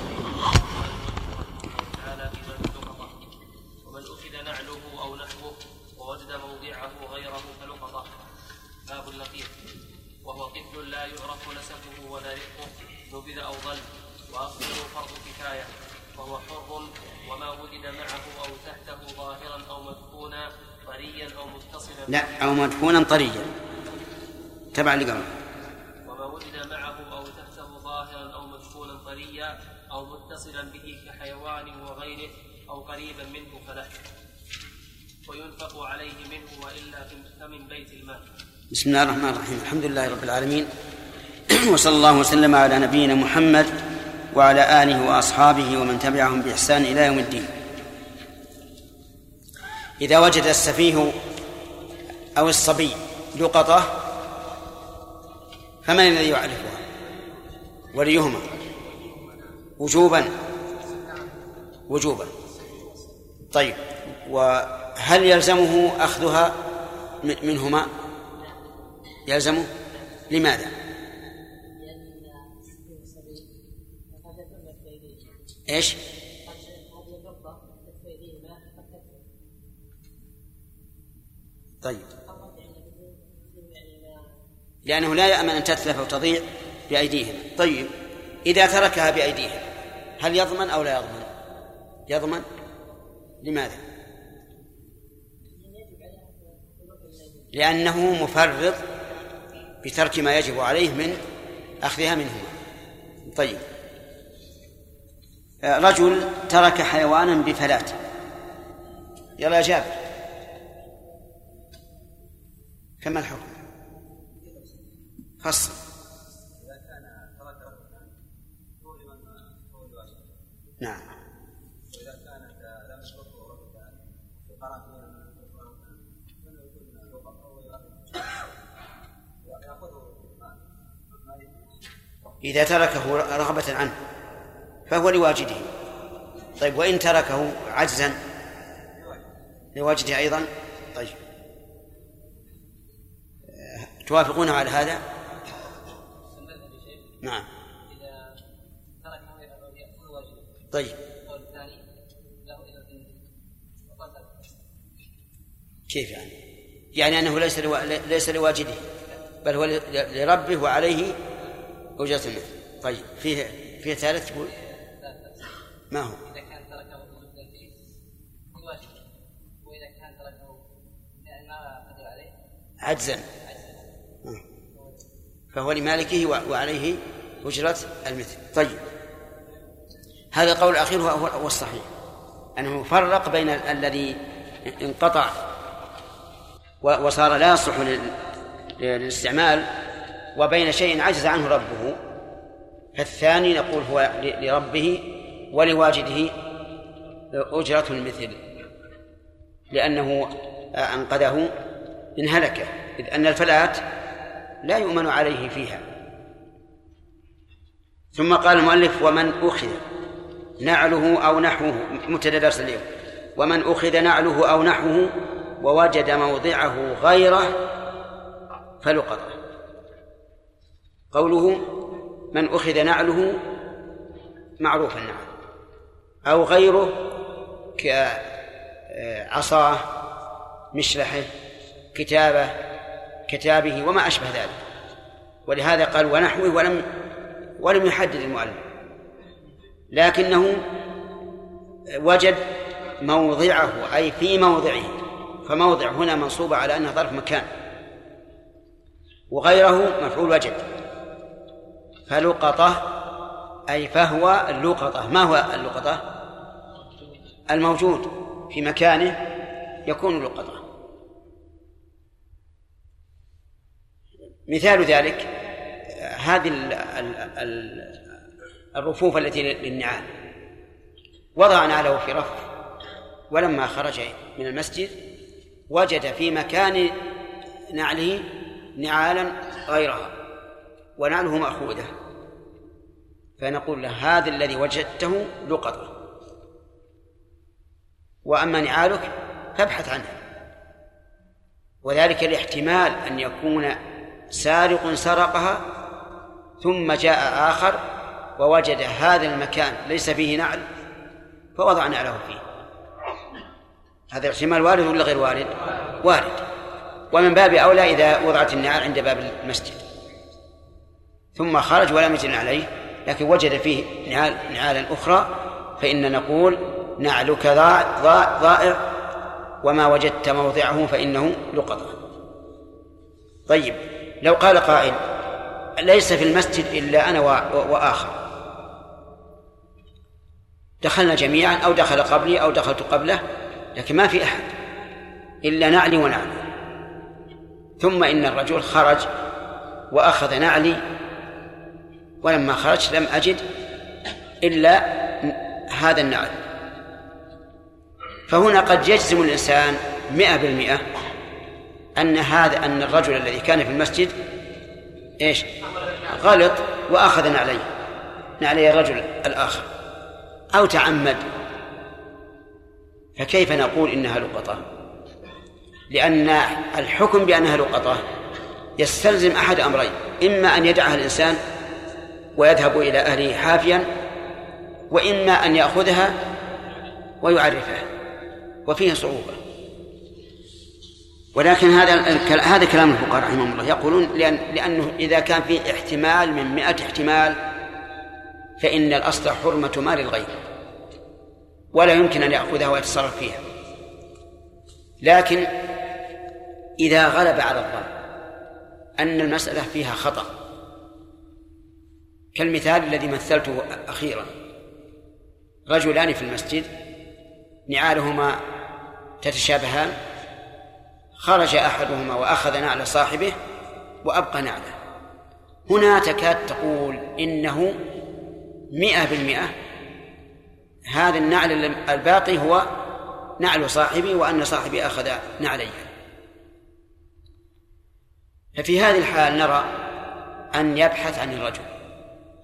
تعالى إيمان اللقطة. ومن أخذ نعله أو نحوه ووجد موضعه غيره فلقطة. باب اللقيط، وهو طفل لا يعرف نسبه ولا رقه، نبذ أو ضل، وأخذه فرض كفاية، وهو حر، وما وجد معه أو تحته ظاهرا أو مدفونا طريا أو متصلا. لا أو مدفونا طريا تبع لقمه. وما وجد معه أو تحته ظاهرا أو مدفونا طريا أو متصلا به كحيوان وغيره أو قريبا منه فله، وينفق عليه منه وإلا فمن بيت المال. بسم الله الرحمن الرحيم. الحمد لله رب العالمين، وصلى الله وسلم على نبينا محمد وعلى آله وأصحابه ومن تبعهم بإحسان إلى يوم الدين. إذا وجد السفيه أو الصبي لقطة فمن الذي يعرفها؟ وليهما وجوبا. طيب، وهل يلزمه أخذها منهما؟ يلزمه. لماذا؟ إيش؟ طيب، لأنه لا يأمن أن تتلف أو تضيع بأيديهم. طيب، إذا تركها بأيديهم هل يضمن أو لا يضمن؟ يضمن. لماذا؟ لأنه مفرط بترك ما يجب عليه من أخذها منهما. طيب، رجل ترك حيوانا بفلاة، يلا يا جابر، كما الحكم؟ خاص. نعم. وإذا كانت لا تشرطه ربطان فقرات من ويأخذه إذا تركه رغبة عنه فهو لواجده. طيب وإن تركه عجزا لواجده أيضا. طيب توافقون على هذا؟ نعم. طيب كيف يعني؟ يعني أنه ليس لواجده بل هو لربه وعليه أجرة المثل. طيب فيه ثالث تقول ما هو؟ إذا كان تركه لواجده وإذا كان تركه ما قدر عليه عجزا فهو لمالكه وعليه أجرة المثل. طيب هذا القول الأخير هو الصحيح، أنه فرق بين الذي انقطع وصار لا يصلح للاستعمال وبين شيء عجز عنه ربه، فالثاني نقول هو لربه ولواجده أجرة المثل لأنه أنقذه من هلكه، إذ أن الفلاة لا يؤمن عليه فيها. ثم قال المؤلف ومن أخذ نعله أو نحوه، مبتدأ درس اليوم، ومن أخذ نعله أو نحوه ووجد موضعه غيره فلقطه. قوله من أخذ نعله معروف النعل أو غيره كعصاه مشلحه كتابه وما أشبه ذلك، ولهذا قال ونحوه ولم يحدد المؤلف، لكنه وجد موضعه أي في موضعه، فموضع هنا منصوب على أنه ظرف مكان، وغيره مفعول وجد، فلقطه أي فهو اللقطة. ما هو اللقطة؟ الموجود في مكانه يكون لقطة. مثال ذلك هذه الرفوف التي للنعال، وضع نعله في رف، ولما خرج من المسجد وجد في مكان نعله نعالا غيرها ونعله مأخوذة، فنقول له هذا الذي وجدته لقطة، وأما نعالك فابحث عنها. وذلك الاحتمال أن يكون سارق سرقها ثم جاء آخر ووجد هذا المكان ليس فيه نعل فوضع نعله فيه. هذا الاحتمال وارد ولا غير وارد؟ وارد. ومن باب أولى إذا وضعت النعال عند باب المسجد ثم خرج ولم يجد عليه لكن وجد فيه نعالا أخرى، فإن نقول نعلك ضائع وما وجدت موضعه فإنه لقطة. طيب لو قال قائل ليس في المسجد إلا أنا وآخر، دخلنا جميعا أو دخل قبلي أو دخلت قبله، لكن ما في أحد إلا نعلي ونعلي، ثم إن الرجل خرج وأخذ نعلي ولما خرج لم أجد إلا هذا النعل، فهنا قد يجزم الإنسان 100% أن الرجل الذي كان في المسجد إيش غلط وأخذ نعلي الرجل الآخر أو تعمد، فكيف نقول إنها لقطة؟ لأن الحكم بأنها لقطة يستلزم أحد أمرين، إما أن يدعها الإنسان ويذهب إلى أهله حافيا، وإما أن يأخذها ويعرفها، وفيه صعوبة. ولكن هذا كلام الفقهاء رحمهم الله، يقولون لأنه إذا كان فيه احتمال من 100 احتمال فإن الأصل حرمة مال الغير ولا يمكن أن يأخذها ويتصرف فيها. لكن إذا غلب على الظن أن المسألة فيها خطأ، كالمثال الذي مثلته أخيرا، رجلان في المسجد نعالهما تتشابهان، خرج أحدهما وأخذ نعل صاحبه وأبقى نعله، هنا تكاد تقول إنه 100% هذا النعل الباقي هو نعل صاحبي وأن صاحبي أخذ نعليه. ففي هذه الحال نرى أن يبحث عن الرجل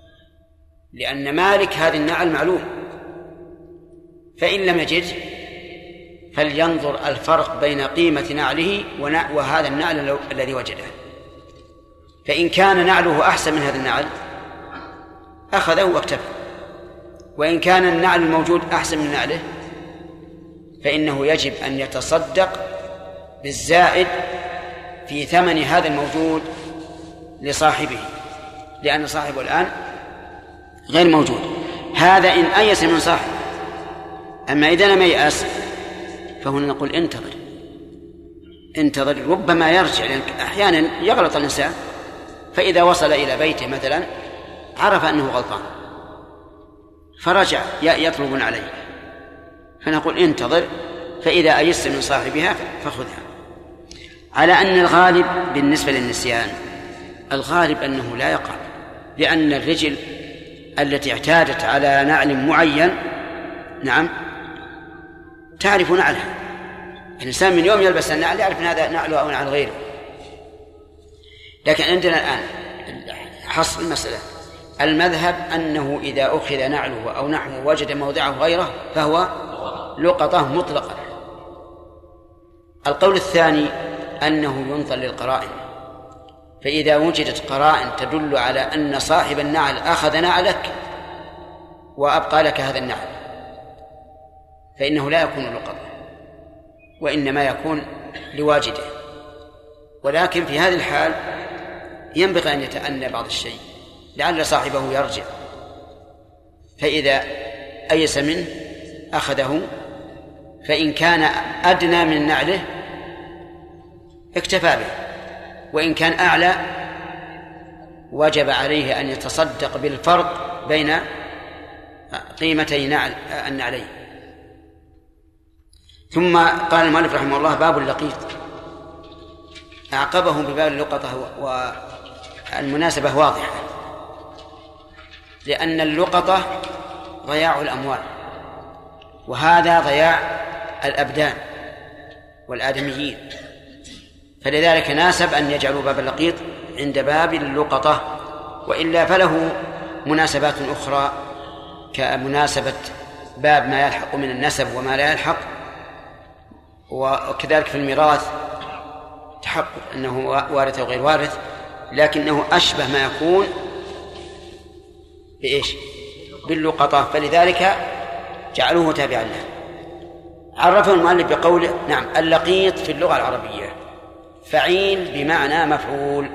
لأن مالك هذه النعل معلوم، فإن لم يجد فلينظر الفرق بين قيمة نعله وهذا النعل الذي وجده، فإن كان نعله أحسن من هذا النعل أخذه واكتفى، وإن كان النعل الموجود أحسن من نعله فإنه يجب أن يتصدق بالزائد في ثمن هذا الموجود لصاحبه، لأن صاحبه الآن غير موجود. هذا إن أيس من صاحبه. أما إذا لم ييأس فهنا نقول انتظر ربما يرجع، لأن أحيانا يغلط الإنسان، فإذا وصل إلى بيته مثلا عرف أنه غلطان فرجع يطلب عليه، فنقول انتظر، فإذا أيس من صاحبها فخذها. على أن الغالب بالنسبة للنسيان الغالب أنه لا يقع، لأن الرجل التي اعتادت على نعل معين نعم تعرف نعلها. الإنسان من يوم يلبس النعل يعرف أن هذا نعله أو نعل غيره. لكن عندنا الآن حصل المسألة، المذهب أنه إذا أخذ نعله أو نحوه وجد موضعه غيره فهو لقطة مطلقة. القول الثاني أنه ينظر للقرائن، فإذا وجدت قرائن تدل على أن صاحب النعل أخذ نعلك وأبقى لك هذا النعل فإنه لا يكون لقطة، وإنما يكون لواجده. ولكن في هذه الحال ينبغي أن يتأنى بعض الشيء لعل صاحبه يرجع، فإذا أيس منه أخذه، فإن كان أدنى من نعله اكتفى به، وإن كان أعلى وجب عليه أن يتصدق بالفرق بين قيمتي النعلين. ثم قال المؤلف رحمه الله باب اللقيط، أعقبهم بباب اللقطة، والمناسبة واضحة، لأن اللقطة ضياع الأموال، وهذا ضياع الأبدان والآدميين، فلذلك ناسب أن يجعلوا باب اللقيط عند باب اللقطة، وإلا فله مناسبات أخرى كمناسبة باب ما يلحق من النسب وما لا يلحق، وكذلك في الميراث تحقق أنه وارث وغير وارث، لكنه أشبه ما يكون بإيش؟ باللقطة، فلذلك جعلوه تابعا له. عرفه المؤلف بقوله نعم اللقيط في اللغة العربية فعيل بمعنى مفعول،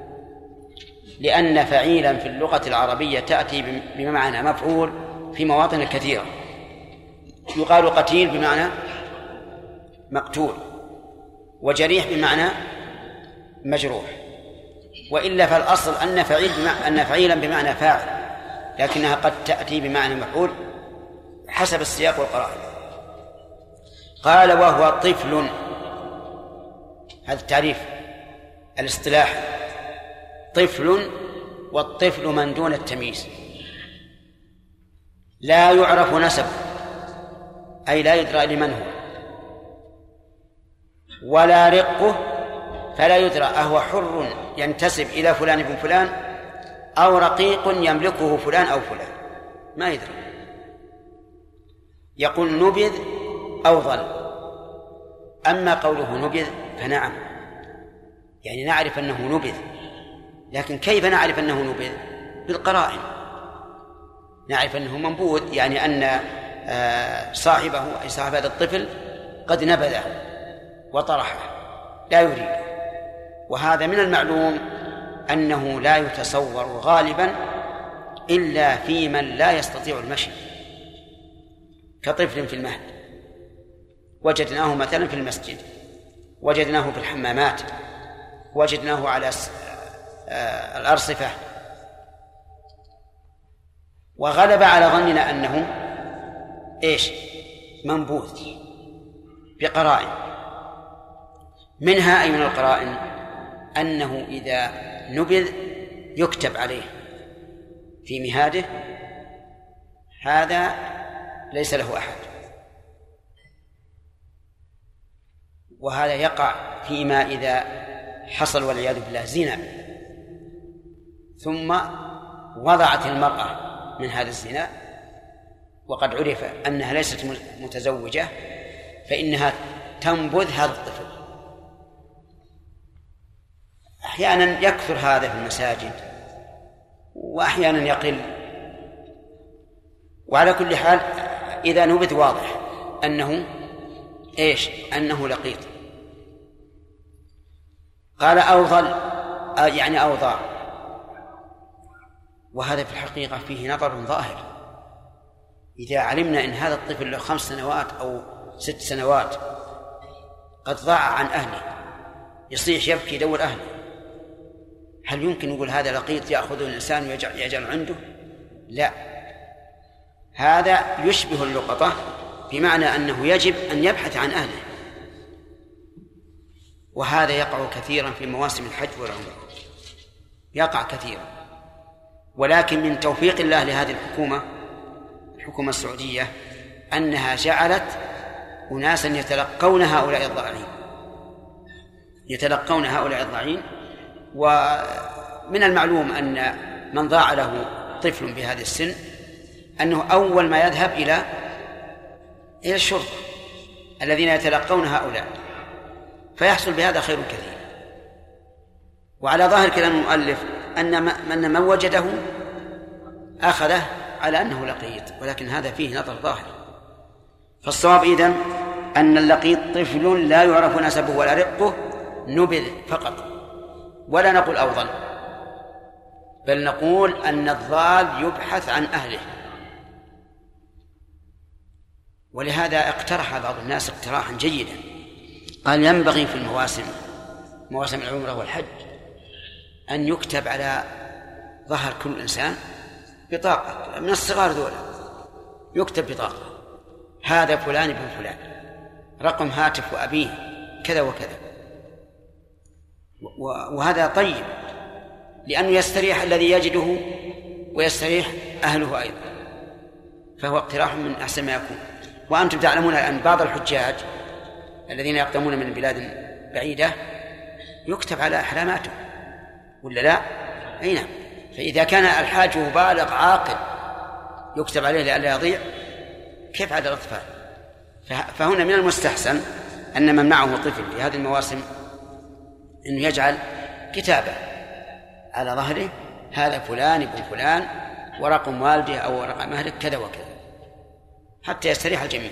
لأن فعيلا في اللغة العربية تأتي بمعنى مفعول في مواطن كثيرة. يقال قتيل بمعنى مقتول، وجريح بمعنى مجروح، وإلا فالأصل أن فعيلا بمعنى فاعل، لكنها قد تأتي بمعنى مفعول حسب السياق والقرائن. قال وهو طفل، هذا التعريف الاصطلاحي، طفل، والطفل من دون التمييز، لا يعرف نسبه أي لا يدرى لمن هو، ولا رقه فلا يدرى أهو حر ينتسب إلى فلان بن فلان أو رقيق يملكه فلان أو فلان، ما يدرى. يقول نبذ أو ظل. أما قوله نبذ فنعم، يعني نعرف أنه نبذ، لكن كيف نعرف أنه نبذ؟ بالقرائن نعرف أنه منبوذ، يعني أن صاحبه أي صاحب هذا الطفل قد نبذه وطرحه لا يريد. وهذا من المعلوم أنه لا يتصور غالبا إلا في من لا يستطيع المشي، كطفل في المهد وجدناه مثلا في المسجد، وجدناه في الحمامات، وجدناه على الأرصفة، وغلب على ظننا أنه إيش؟ منبوذ بقرائن. منها أي من القرائن أنه إذا نبذ يكتب عليه في مهاده هذا ليس له أحد، وهذا يقع فيما إذا حصل والعياذ بالله زنا ثم وضعت المرأة من هذا الزنا وقد عرف أنها ليست متزوجة فإنها تنبذ هذا الطفل. أحيانا يكثر هذا في المساجد وأحيانا يقل، وعلى كل حال إذا نبذ واضح أنه أنه لقيط. قال أوضل يعني أوضاع، وهذا في الحقيقة فيه نظر ظاهر. إذا علمنا أن هذا الطفل له 5 سنوات أو 6 سنوات قد ضاع عن أهله، يصيح يبكي يدور أهله، هل يمكن نقول هذا لقيط يأخذه الإنسان ويجعل عنده؟ لا، هذا يشبه اللقطة بمعنى أنه يجب أن يبحث عن أهله، وهذا يقع كثيرا في مواسم الحج والعمرة، يقع كثيرا. ولكن من توفيق الله لهذه الحكومة السعودية أنها جعلت أناسا يتلقون هؤلاء الضعين. ومن المعلوم أن من ضاع له طفل بهذه السن أنه أول ما يذهب إلى الشرطة الذين يتلقون هؤلاء، فيحصل بهذا خير كثير. وعلى ظاهر كلام المؤلف أن من وجده أخذه على أنه لقيط، ولكن هذا فيه نظر ظاهر. فالصواب إذن أن اللقيط طفل لا يعرف نسبه ولا رقه، نبذ فقط، ولا نقول أوضل، بل نقول أن الضال يبحث عن أهله. ولهذا اقترح بعض الناس اقتراحا جيدا، قال ينبغي في مواسم العمرة والحج أن يكتب على ظهر كل إنسان بطاقة من الصغار ذولا، يكتب بطاقة هذا فلان ابن فلان، رقم هاتف وأبيه كذا وكذا. وهذا طيب، لأنه يستريح الذي يجده ويستريح أهله أيضا، فهو اقتراح من أحسن ما يكون. وأنتم تعلمون أن بعض الحجاج الذين يقدمون من بلاد بعيدة يكتب على أحراماته ولا لا؟ أي نعم. فإذا كان الحاج بالغ عاقل يكتب عليه لئلا يضيع، كيف على الأطفال؟ فهنا من المستحسن أن من معه طفل في هذه المواسم أنه يجعل كتابة على ظهره هذا فلان ابن فلان ورقم والده أو رقم أهله كذا وكذا، حتى يستريح الجميع.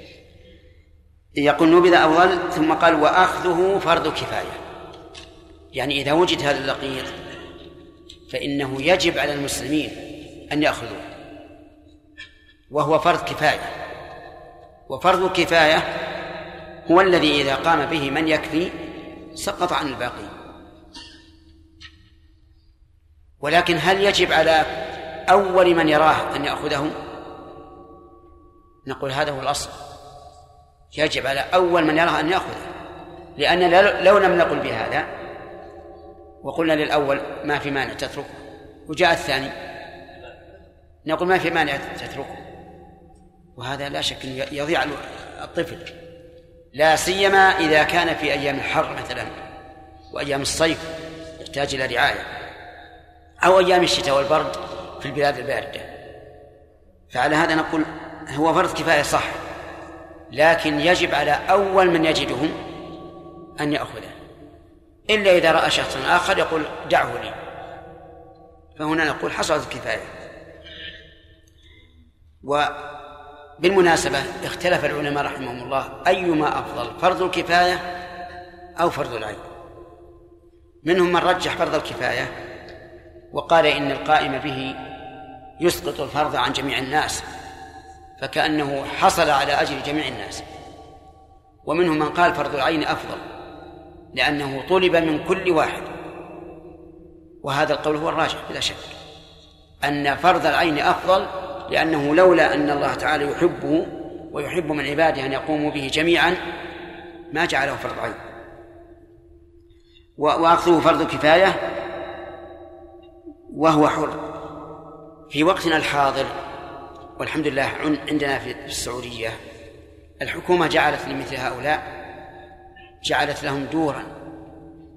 يقول نبذ أوضل، ثم قال وأخذه فرض كفاية، يعني إذا وجد هذا اللقيط فإنه يجب على المسلمين أن يأخذوه، وهو فرض كفاية. وفرض كفاية هو الذي إذا قام به من يكفي سقط عن الباقي. ولكن هل يجب على أول من يراه أن يأخذه؟ نقول هذا هو الأصل، يجب على أول من يراه أن يأخذه، لأن لو لم نقل بهذا وقلنا للأول ما في مانع تتركه وجاء الثاني نقول ما في مانع تتركه، وهذا لا شك يضيع الطفل، لا سيما إذا كان في أيام الحر مثلا وأيام الصيف يحتاج إلى رعاية، أو أيام الشتاء والبرد في البلاد الباردة. فعلى هذا نقول هو فرض كفاية صح، لكن يجب على أول من يجدهم أن يأخذه، إلا إذا رأى شخص آخر يقول دعه لي، فهنا نقول حصلت الكفاية. وبالمناسبة اختلف العلماء رحمهم الله أيما أفضل، فرض الكفاية أو فرض العين. منهم من رجح فرض الكفاية وقال إن القائم به يسقط الفرض عن جميع الناس، فكأنه حصل على أجر جميع الناس. ومنهم من قال فرض العين أفضل لأنه طلب من كل واحد، وهذا القول هو الراجح بلا شك، أن فرض العين أفضل، لأنه لولا أن الله تعالى يحبه ويحب من عباده أن يقوموا به جميعا ما جعله فرض عين. وأخذه فرض كفاية وهو حر. في وقتنا الحاضر والحمد لله عندنا في السعودية الحكومة جعلت لمثل هؤلاء جعلت لهم دورا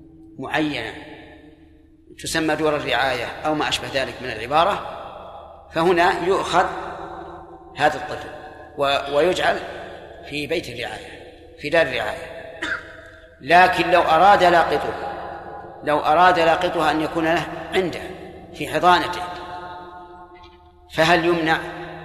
معينة تسمى دور الرعاية أو ما أشبه ذلك من العبارة، فهنا يؤخذ هذا الطفل ويجعل في بيت الرعاية، في دار الرعاية. لكن لو أراد لاقطها أن يكون له عنده في حضانته فهل يمنع؟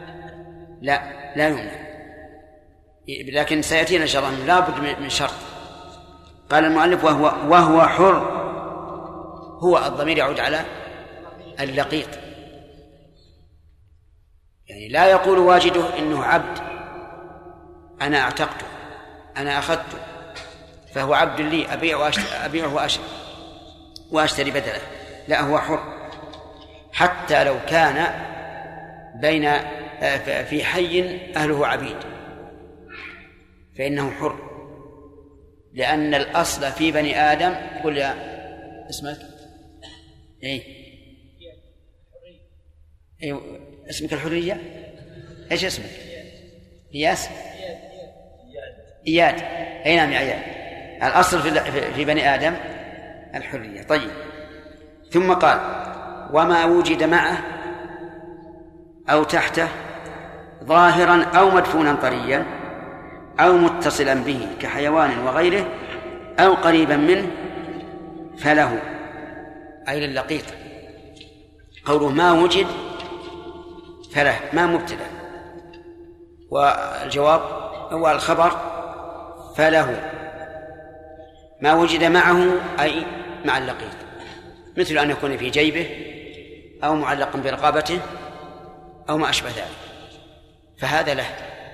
لا يمنع، لكن سيأتينا إن شاء الله لا بد من شرط. قال المؤلف وهو حر، هو الضمير يعود على اللقيط، يعني لا يقول واجده إنه عبد أنا أعتقته أنا أخذته فهو عبد لي أبيعه وأشتري بدله، لا، هو حر. حتى لو كان بين في حي أهله عبيد فإنه حر، لأن الأصل في بني آدم. قل يا اسمك إيه اسمك الحرية. إيش اسمك؟ إياس إياد. أي نعم يا إياد. الأصل في بني آدم الحرية. طيب، ثم قال وما وجد معه أو تحته ظاهرا أو مدفونا طريا أو متصلا به كحيوان وغيره أو قريبا منه فله، أي للقيط. قوله ما وجد فله، ما مبتدأ، والجواب هو الخبر فله. ما وجد معه أي مع اللقيط، مثل أن يكون في جيبه أو معلقا برقبته أو ما أشبه ذلك، فهذا له.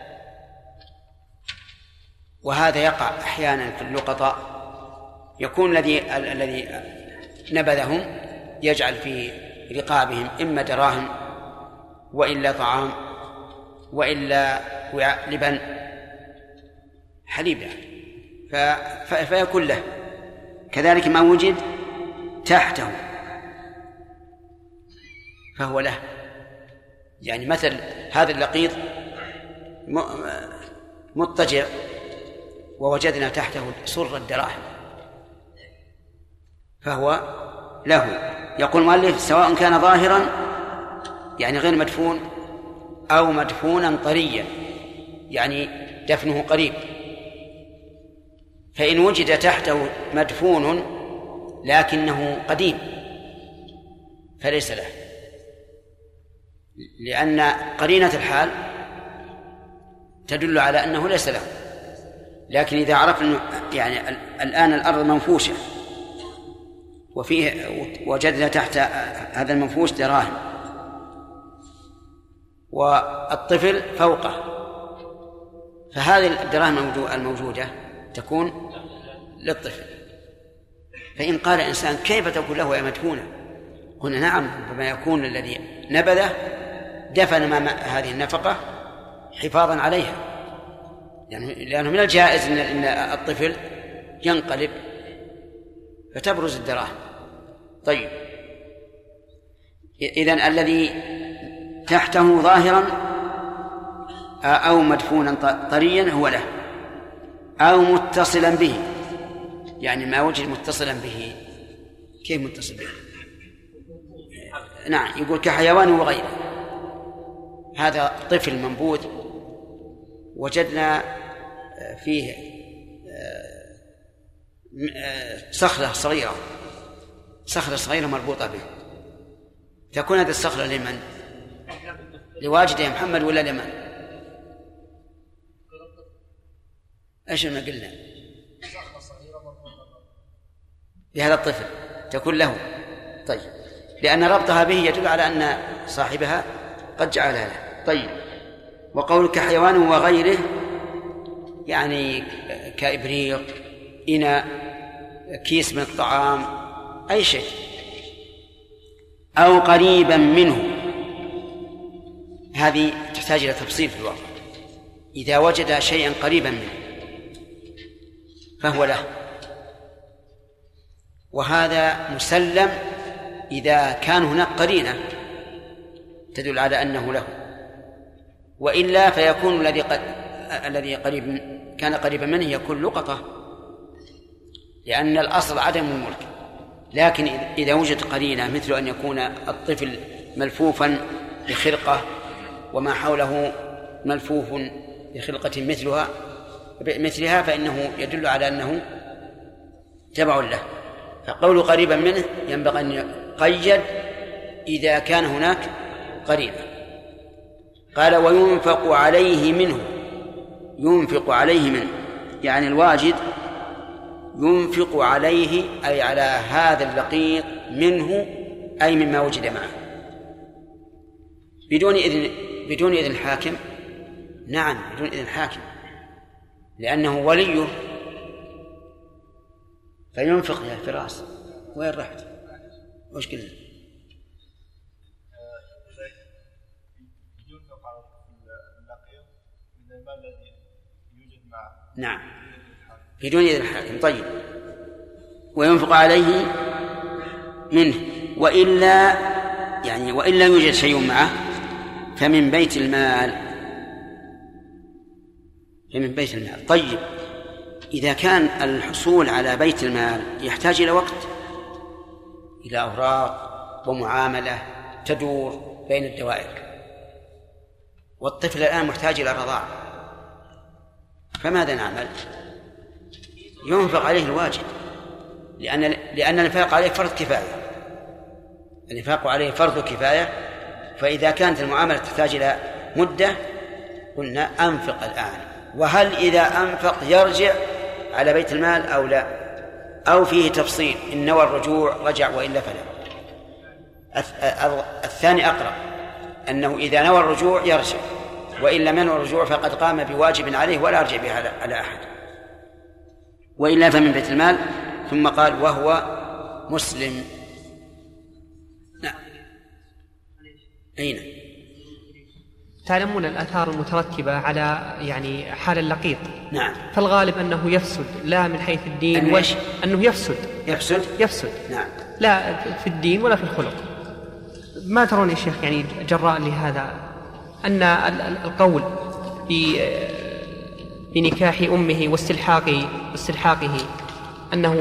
وهذا يقع أحيانا في اللقطاء، يكون الذي نبذهم يجعل في رقابهم إما دراهم وإلا طعام وإلا وعاء لبن حليب يعني، فيكون له. كذلك ما وجد تحته فهو له، يعني مثل هذا اللقيط مضطجع ووجدنا تحته سر الدراهم فهو له. يقول المؤلف سواء كان ظاهرا يعني غير مدفون أو مدفونا طريا يعني دفنه قريب. فإن وجد تحته مدفون لكنه قديم فليس له، لأن قرينة الحال تدل على أنه ليس له. لكن إذا عرف أنه يعني الآن الأرض منفوشة وفيه وجدنا تحت هذا المنفوش دراهم والطفل فوقه، فهذه الدراهم الموجودة تكون للطفل. فإن قال إنسان كيف تكون له يا مدفونة؟ قلنا نعم، بما يكون الذي نبذه دفن هذه النفقة حفاظا عليها، يعني لأنه من الجائز إن الطفل ينقلب فتبرز الدراهم. طيب، إذن الذي تحته ظاهرا أو مدفونا طريا هو له، أو متصلا به، يعني ما وجد متصلا به. كيف متصل به؟ نعم، يقول كحيوان وغيره. هذا طفل منبوذ وجدنا فيه صخرة صغيرة مربوطة به، تكون هذه الصخرة لمن؟ لواجد يا محمد ولا لمن؟ ايش ما قلنا؟ لهذا الطفل تكون له. طيب، لأن ربطها به يدل على أن صاحبها قد جعلها له. طيب، وقولك حيوان وغيره يعني كإبريق، إناء، كيس من الطعام، أي شيء، أو قريبا منه. هذه تحتاج إلى تفصيل في الواقع. إذا وجد شيئا قريبا منه فهو له، وهذا مسلم إذا كان هناك قرينة تدل على أنه له، وإلا فيكون الذي كان قريبا منه يكون لقطة، لأن الأصل عدم الملك. لكن إذا وجد قرينة مثل أن يكون الطفل ملفوفا بخرقة وما حوله ملفوف بخرقة مثلها فإنه يدل على أنه تبع له. فقول قريبا منه ينبغي أن يقيد إذا كان هناك قريبا. قال وينفق عليه منه، ينفق عليه منه يعني الواجد ينفق عليه أي على هذا اللقيط منه أي مما وجد معه بدون إذن الحاكم. نعم بدون إذن الحاكم لأنه وليه، فينفق يا فراس. وين رحت؟ وش قلنا؟ ينفق على اللقيط من المال الذي يوجد معه. نعم بدون إذن الحاكم. طيب وينفق عليه منه وإلا يوجد شيء معه فمن بيت المال. طيب إذا كان الحصول على بيت المال يحتاج إلى وقت، إلى أوراق ومعاملة تدور بين الدوائر، والطفل الآن محتاج إلى رضاعة، فماذا نعمل؟ ينفق عليه الواجب لأن الإنفاق عليه فرض كفاية. الإنفاق عليه فرض كفاية، فإذا كانت المعاملة تحتاج إلى مدة قلنا أنفق الآن. وهل إذا أنفق يرجع على بيت المال أو لا، أو فيه تفصيل إن نوى الرجوع رجع وإلا فلا؟ الثاني أقرب، أنه إذا نوى الرجوع يرجع، وإن لم ينوى الرجوع فقد قام بواجب عليه ولا يرجع به على أحد، وإلا فمن بيت المال. ثم قال وهو مسلم. نعم أين تعلمون الآثار المترتبة على يعني حال اللقيط. نعم. فالغالب أنه يفسد لا من حيث الدين أنه يفسد نعم لا في الدين ولا في الخلق. ما ترون يا شيخ يعني جراء لهذا أن القول بنكاح أمه واستلحاقه أنه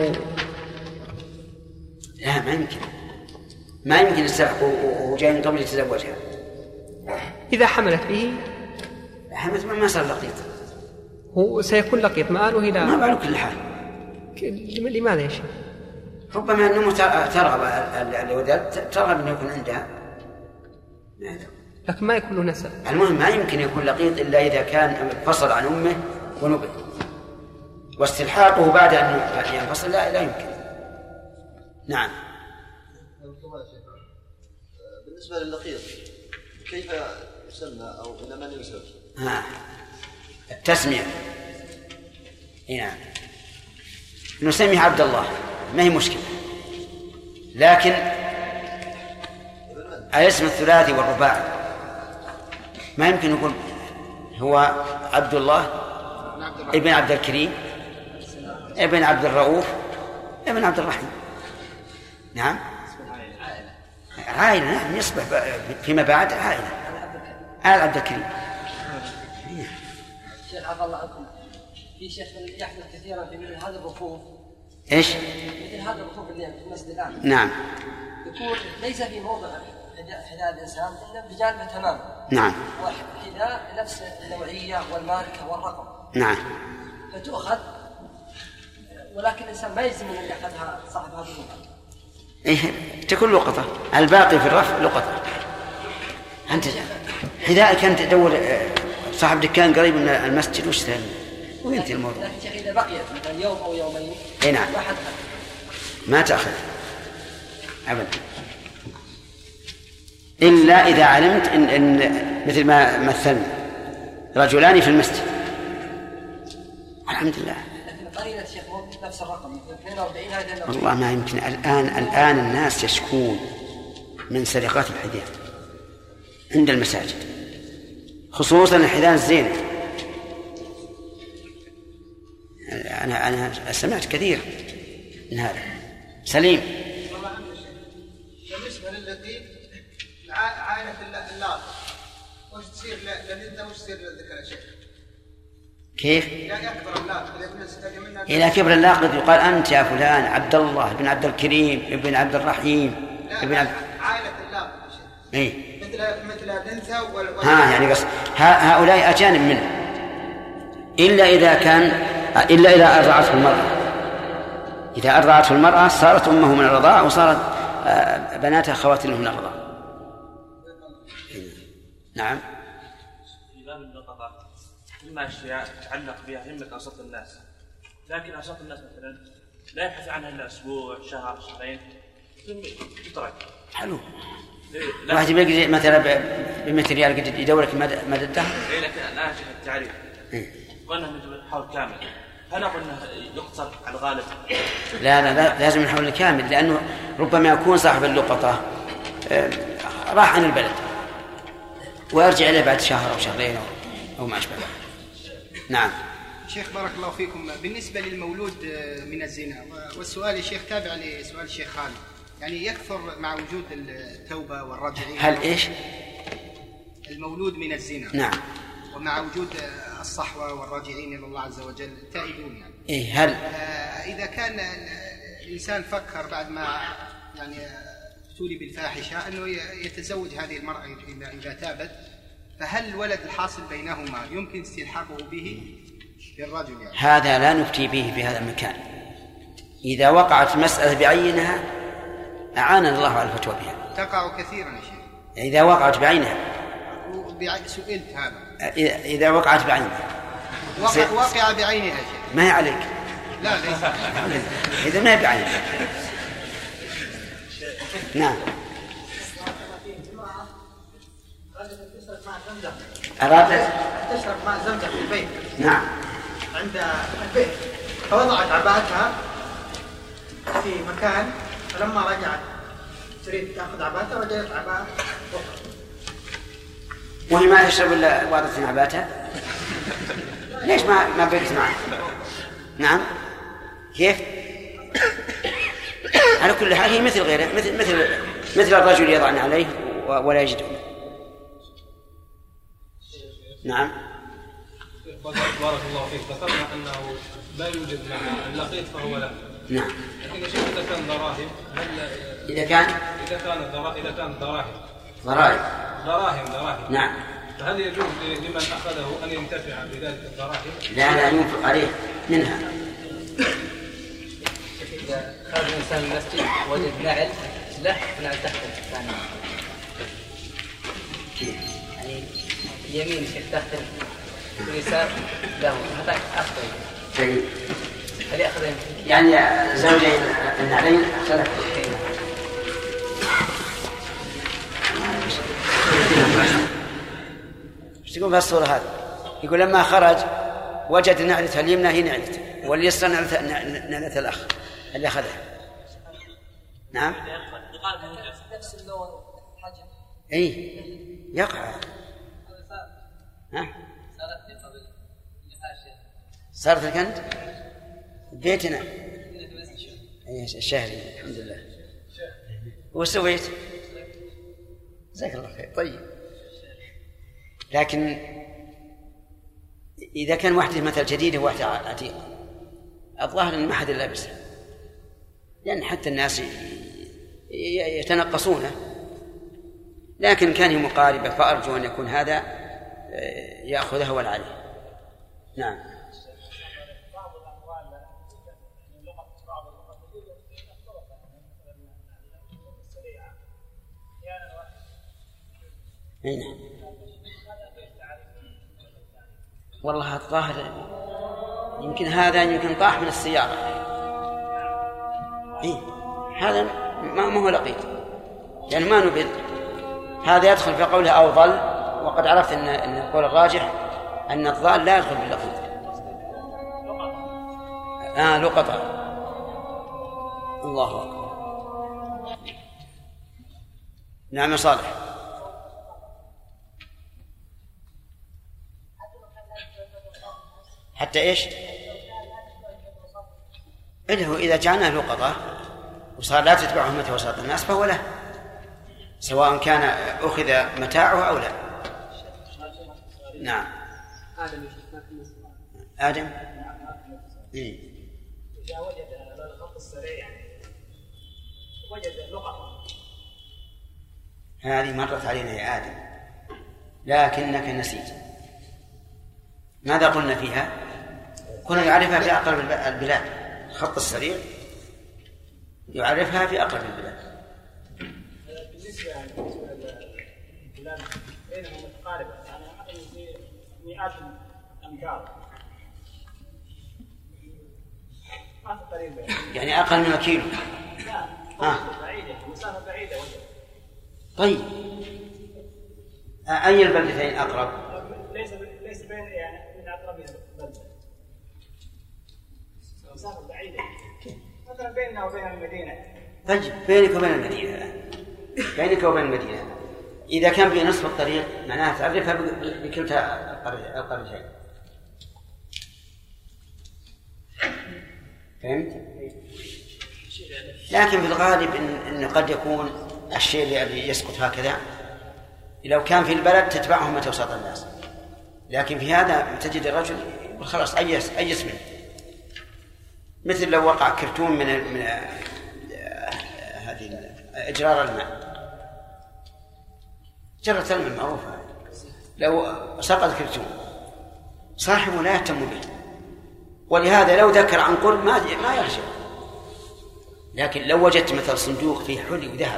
لا ما يمكن السحق وهو جاي من قبل يتزوجها. إذا حملت به ما صار لقيط، هو سيكون لقيط مآله إلى ما باله كل حال. لماذا يا شيخ؟ ربما أنه ترغب الوداد ترغب أنه يكون عندها، لكن ما يكون له نسب. المهم ما يمكن يكون لقيط إلا إذا كان فصل عن أمه ونبذ، واستلحاقه بعد أن ينفصل لا يمكن. نعم. بالنسبة لللقيط كيف يسمى أو إلى من ينسب؟ التسمية. نعم نسميه عبد الله ما هي مشكلة، لكن الاسم الثلاثي والرباعي ما يمكن يقول هو عبد الله ابن عبد الكريم ابن عبد الرؤوف ابن عبد الرحيم. نعم عائلة. نعم يصبح فيما بعد عائلة آل عبد الكريم. شيخ عفى الله عنكم، في شيخ يحدث كثيرا في مثل هذا الرفوف. ايش؟ مثل هذا الرفوف اللي في المسجد الآن. نعم. يكون ليس في موضع حذاء الإنسان إلا بجانبه تماما. نعم. وحذاء نفس النوعية والماركة والرقم. نعم. فتؤخذ، ولكن الإنسان ما يلزم أن يأخذها صاحب هذا الرقم. إيه تكون لقطة، الباقي في الرف لقطة. أنت حذائك أنت تدور صاحب دكان قريب من المسجد وش ثاني وينتهي الموضوع. لكن إذا بقيت مثلا يوم أو يومين نعم ما تأخذ أبدا، إلا إذا علمت إن مثل ما مثلنا رجلان في المسجد الحمد لله. لكن قرينة شيخ نفس الرقم 42 هذا والله ما يمكن. الآن الناس يشكون من سرقات الحذاء عند المساجد، خصوصا الحذاء الزينة. أنا سمعت كثير من هذا. سليم. بالنسبة للذي عائلة اللات وش تصير للإنثى وش تصير للذكر يا شيخ؟ كيف؟ يكبر اللات إلى كبر اللاقط يقال أنت يا فلان عبد الله بن عبد الكريم ابن عبد الرحيم ابن عبد عائلة اللات. إيه مثل الانثى يعني قصد هؤلاء أجانب منه إلا إذا أرضعته المرأة. إذا أرضعته المرأة صارت أمه من الرضاعة وصارت بناتها خواتمه من الرضاعة. نعم. في باب اللقطة مما أشياء تتعلق بها همة أوسط الناس، لكن أوسط الناس مثلا لا يبحث عنها إلا أسبوع شهر شهرين ثم يترك. حلو. واحد يبقى مثلا ب100 ريال قد يدور لك مدى الدهر. لكن الآن في التعريف قلنا من حول كامل، هل قلنا يقتصر على الغالب؟ لا لازم من حول كامل، لأنه ربما يكون صاحب اللقطة راح عن البلد ويرجع إليه بعد شهر أو شهرين أو ما أشبه. نعم. شيخ بارك الله فيكم، بالنسبة للمولود من الزنا، والسؤال يا شيخ تابع لسؤال الشيخ خالد، يعني يكثر مع وجود التوبة والرجعين. هل إيش؟ المولود من الزنا. نعم. ومع وجود الصحوة والراجعين إلى الله عز وجل تائبون يعني. إيه هل؟ إذا كان الإنسان فكر بعد ما يعني ابتلي بالفاحشة أنه يتزوج هذه المرأة إذا تابت، فهل الولد الحاصل بينهما يمكن استلحاقه به بالرجل يعني؟ هذا لا نفتي به في هذا المكان. إذا وقعت مسألة بعينها أعاننا الله على الفتوى بها. تقع كثيرا يا شيخ. إذا وقعت بعينها. سئلت هذا. إذا وقعت بعينها. واقع بعينها يا شيخ. ما هي عليك. لا ليس. إذا ما هي بعينها. نعم. أرادت تشرب ماء زمزم في البيت. نعم. عند البيت فوضعت عباءتها في مكان، فلما رجعت تريد تأخذ عباءتها وجدت عباءة أخرى. وهي ما تشرب إلا وضعت عباءتها؟ ليش ما بقيت معه؟ نعم. كيف؟ على كل حال هي مثل غيره، مثل الرجل يضعن عليه ولا يجده. نعم. بارك الله فيك، ذكرنا أنه لا يوجد اللقيط فهو له. نعم. لكن شيخ إذا كان دراهم، إذا كان دراهم. نعم. فهل يجوز لمن أخذه أن ينتفع بذلك الدراهم؟ لا ينفق عليه منها. إذا خرج الإنسان من المسجد وجد نعل له ونعل تحت الثاني، يعني يمين شيء تحت اليسار له هذا أخذ. جيد. هل يأخذ يعني زوجين النعلين اختلف. ايش تقول بهالصورة هذه؟ يقول لما خرج وجد نعلة اليمنى هي نعلته واليسرى نعلة الأخ اللي أخذها. نعم. نفس اللون حجم. إيه يقع. ها؟ صارت الكنت بيتنا الشهري الحمد لله. وش سويت؟ جزاك الله خير. طيب، لكن إذا كان واحدة مثل جديدة وواحدة عتيقة الظاهر أن ما حد لابسها، لأن حتى الناس يتنقصونه، لكن كان هي مقاربة فأرجو أن يكون هذا يأخذها ولا عليه. نعم. هنا. والله الظاهر يمكن هذا يمكن طاح من السيارة. إيه هذا ما هو لقيط، يعني ما نبذ. هذا يدخل في قوله أو ظل، وقد عرفت أن القول الراجح أن الظال لا يدخل باللقيط. لقطة. الله أكبر. نعم صالح. حتى إيش؟ إنه إذا جعلنا لقطة وصار لا تتبع همته وسط الناس فهو له، سواء كان أخذ متاعه أو لا. نعم. آدم. إذا وجد الخط السريع وجد لقطة هذه مرت علينا يا آدم لكنك نسيت. ماذا قلنا فيها؟ كنا يعرفها في أقرب البلاد، الخط السريع يعرفها في أقرب البلاد. بالنسبة للبلاد بينهم متقاربة يعني في مئات الأمتار يعني أقل من كيلو. لا بعيدة، مسافة بعيدة. طيب أي البلدتين أقرب؟ ليس بين يعني من أقرب البلدة، مسافة بعيدة مثلا بيننا وبين المدينة. طيب بينك وبين المدينة، بينك وبين المدينة إذا كان بنصف الطريق معناها تعرفها بكلتا القريتين. فهمت؟ لكن في الغالب إن قد يكون الشيء الذي يسقط هكذا لو كان في البلد تتبعه متى وسط الناس، لكن في هذا تجد الرجل خلاص أيس منه. مثل لو وقع كرتون من هذه إجرار الماء، جرة الماء معروفة، لو سقط كرتون صاحبه لا يهتم به، ولهذا لو ذكر عن قرب ما يرجع. لكن لو وجدت مثل صندوق فيه حلي وذهب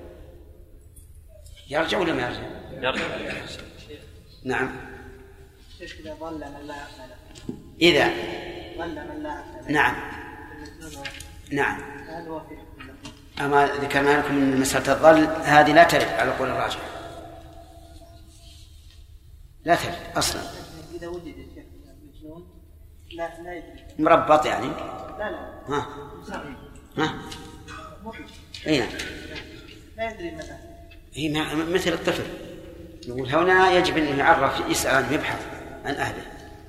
يرجع ولا ما يرجع؟ نعم. إذا ظل من لا أقل. إذا ظل من لا أقل. نعم. نعم. هذا هو في أما ذكرنا لكم من مسألة الظل هذه لا ترد على قول الراجح، لا ترد أصلا. إذا وجد الشيخ مجنون لا يدري. مربط يعني. لا. ها. أين؟ لا يدري متى. هي مثل الطفل يقول هنا يجب أن يعرف، يسأل، يبحث عن أهله.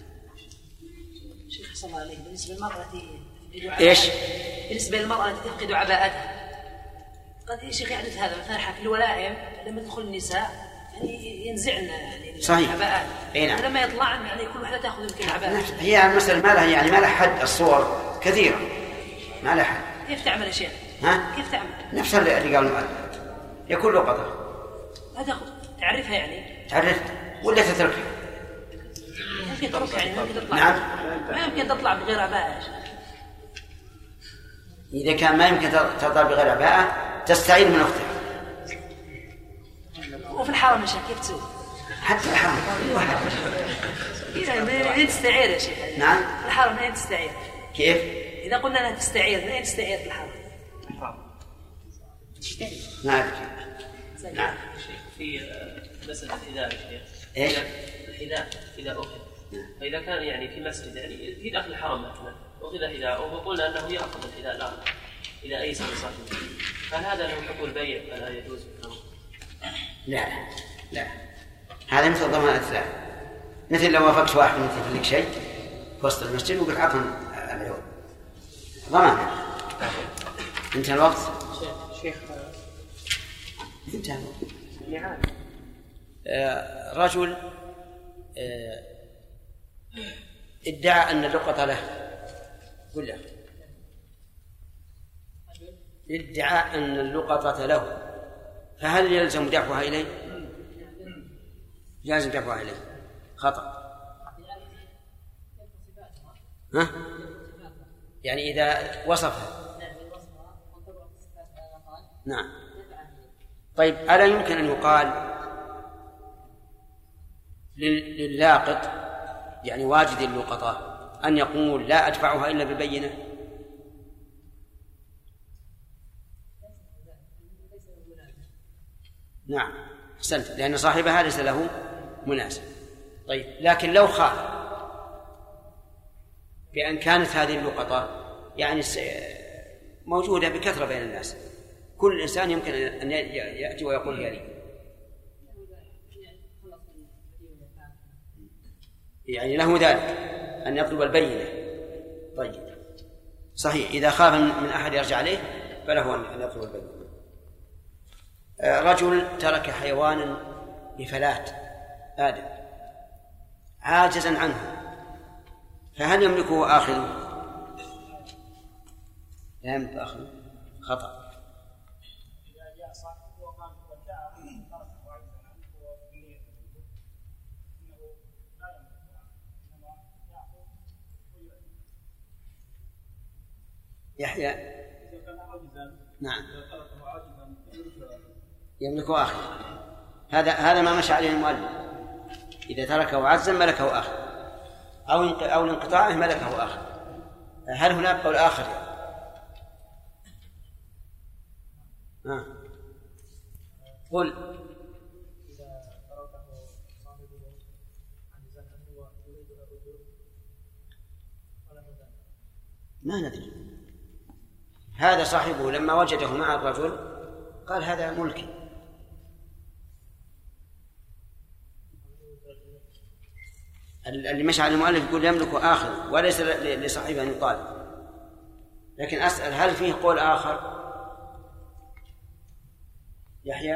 شيخ صلى الله عليه بالنسبة للمرأة إيش؟ بالنسبة للمرأة التي تفقد عباءتها قد يا شيخ يحدث هذا مثلا في الولائم لما تدخل النساء يعني ينزعن يعني عباءات. نعم. لما يطلعن يعني كل واحدة تأخذ يمكن عباءات. هي المسألة ما لها يعني ما لها حد، الصور كثيرة ما لها حد. كيف تعمل يا شيخ؟ ها؟ كيف تعمل؟ نفس اللي قال المؤلف يكون له قدر. ما تأخذ تعرفها يعني؟ تعرفت ولا تتركها؟ يمكن تتركها يعني ممكن تطلع. نعم. ما يمكن تطلع بغير عباءة. إذا كان ما يمكن تطلع بغير عباءة تستعين من أختها. وفي الحرم يا شيخ كيف تسوي؟ حتى الحرم منين تستعير يا شيخ؟ نعم. الحرم منين تستعير؟ كيف؟ إذا قلنا أنها تستعير منين تستعير في الحرم؟ نعم. نعم. في مسألة الحذاء يا شيخ. إيش؟ الحذاء إذا أخذ فإذا كان يعني في مسجد يعني في داخل الحرم مثلا أخذ حذاء وقلنا أنه يأخذ الحذاء الآخر إذا أيس بصاحبه، هل هذا له حكم البيع فلا يجوز؟ لا هذا مثل ضمان الإتلاف، مثل لو وافقت واحد مثل لك شيء في وسط المسجد وقلت عطهم العود ضمان. انتهى الوقت. شيخ انتهى. رجل ادعى أن اللقطة له، قل له ادعى أن اللقطة له، فهل يلزم دفعها إليه؟ لازم دفعها إليه، خطأ. ها؟ يعني إذا وصفها. نعم. طيب ألا يمكن أن يقال للاقط يعني واجد اللقطة أن يقول لا أدفعها إلا ببينة؟ نعم أحسنت، لأن صاحبها ليس له مناسب. طيب لكن لو خاف بأن كانت هذه اللقطة يعني موجودة بكثرة بين الناس، كل إنسان يمكن أن يأتي ويقول يا لي، يعني له ذلك أن يطلب البينة. طيب صحيح، إذا خاف من أحد يرجع عليه فله أن يطلب البينة. رجل ترك حيوانا بفلاة آدم عاجزا عنه، فهل يملكه آخذه؟ لا يملك آخذه، خطأ. يحيى نعم يملكه آخر. هذا ما مشى عليه المؤلف. إذا تركه عجزا ملكه آخر أو لانقطاعه ملكه آخر. هل هناك قول آخر؟ قل ما ندري. هذا صاحبه لما وجده مع الرجل قال هذا ملكي. اللي مشى على المؤلف يقول يملكه آخر وليس لصاحبه أن يطالب. لكن أسأل هل فيه قول آخر؟ يحيى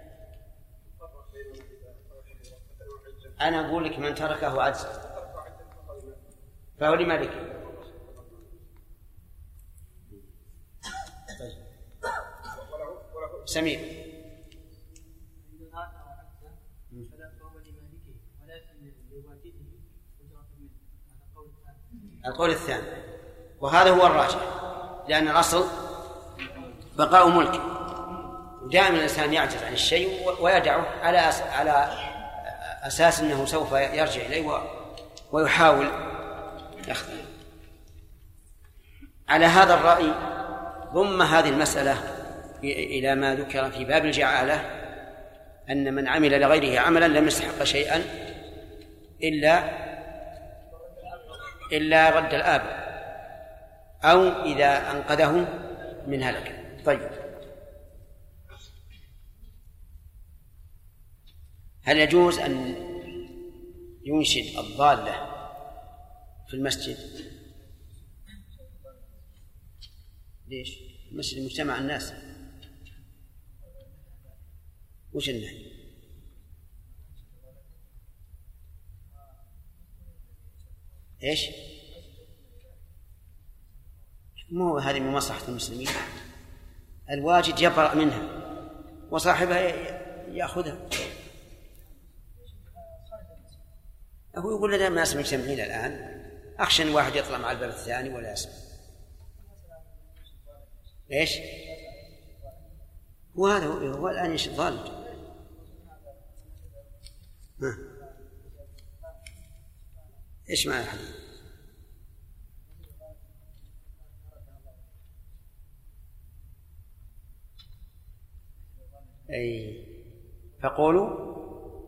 أنا أقول لك من تركه عجز فهو لمالكه. سمير القول الثاني وهذا هو الراجح لأن الأصل بقاء ملك. دائما الإنسان يعجز عن الشيء ويدعه على أساس أنه سوف يرجع إليه ويحاول يأخذه. على هذا الرأي ضم هذه المسألة إلى ما ذكر في باب الجعالة أن من عمل لغيره عملا لم يستحق شيئا إلا رد الآب أو إذا أنقذه من هلكة. طيب هل يجوز أن ينشد الضالة في المسجد؟ ليش؟ المسجد مجتمع الناس. وش النهي؟ ايش؟ مو هذه من مصلحة المسلمين. الواجد يبرأ منها وصاحبها يأخذها. هو يقول لنا الناس مجتمعين الآن أخشى أن واحد يطلع مع الباب الثاني ولا يسمع. ايش؟ وهذا هو الآن ينشد ضال. ايش معنى الحديث؟ اي فقولوا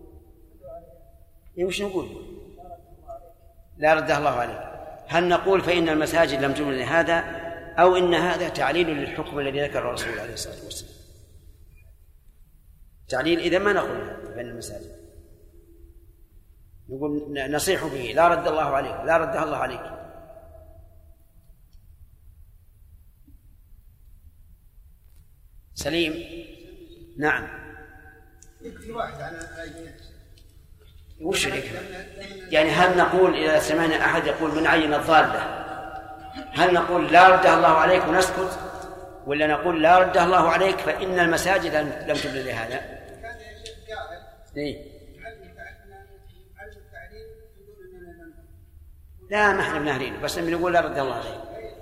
وش نقول؟ لا رده الله عليك. هل نقول فإن المساجد لم تبنى لهذا أو إن هذا تعليل للحكم الذي ذكر الرسول عليه الصلاة والسلام؟ تعليل. إذا ما نقول بين المساجد نقول نصيح به لا رد الله عليك لا رده الله عليك. سليم نعم. في واحد على وش يعني هل نقول إذا سمعنا أحد يقول من عين الضالة هل نقول لا رده الله عليك ونسكت ولا نقول لا رده الله عليك فإن المساجد لم تبنى لهذا؟ كان يا شيخ قائل إيه؟ لا ما احنا بنهرين بس بنقول لا رد الله عليه.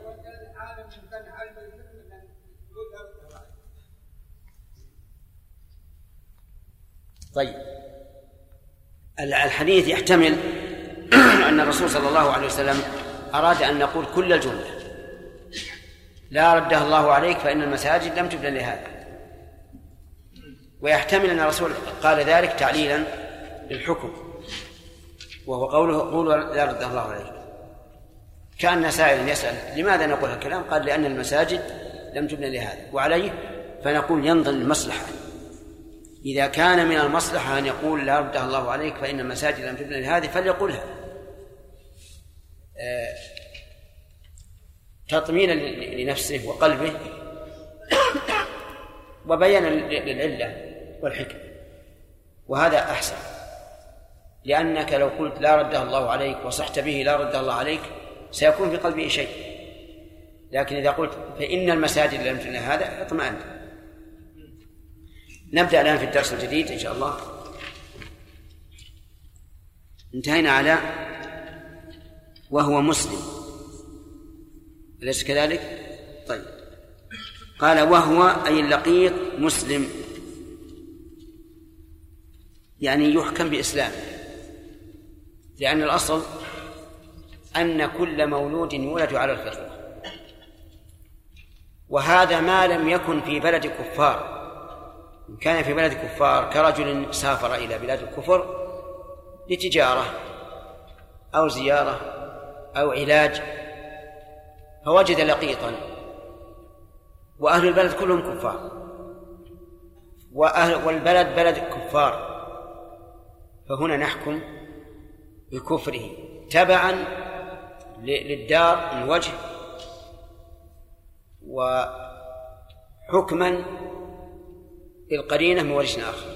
طيب الحديث يحتمل أن الرسول صلى الله عليه وسلم أراد أن نقول كل الجملة لا رده الله عليك فإن المساجد لم تبنى لهذا، ويحتمل أن الرسول قال ذلك تعليلا للحكم وهو قوله لا رده الله عليك. كان سائل يسأل لماذا نقول هالكلام؟ قال لأن المساجد لم تبنى لهذا، وعليه فنقول ينظر المصلحة. إذا كان من المصلحة أن يقول لا رده الله عليك فإن المساجد لم تبنى لهذا فليقولها تطمينا لنفسه وقلبه وبيانا للعلة والحكمة، وهذا أحسن. لأنك لو قلت لا رده الله عليك وصحت به لا رده الله عليك سيكون في قلبه شيء، لكن إذا قلت فإن المساجد لم تبنى هذا اطمأنت. نبدأ الآن في الدرس الجديد إن شاء الله. انتهينا على وهو مسلم، أليس كذلك؟ طيب قال وهو أي اللقيط مسلم، يعني يحكم بإسلامه، لأن الأصل أن كل مولود يولد على الفطرة، وهذا ما لم يكن في بلد كفار. إن كان في بلد كفار كرجل سافر إلى بلاد الكفر لتجارة أو زيارة أو علاج فوجد لقيطا وأهل البلد كلهم كفار والبلد بلد كفار، فهنا نحكم بكفره تبعا للدار من وجه، وحكما بالقرينة من وجه آخر.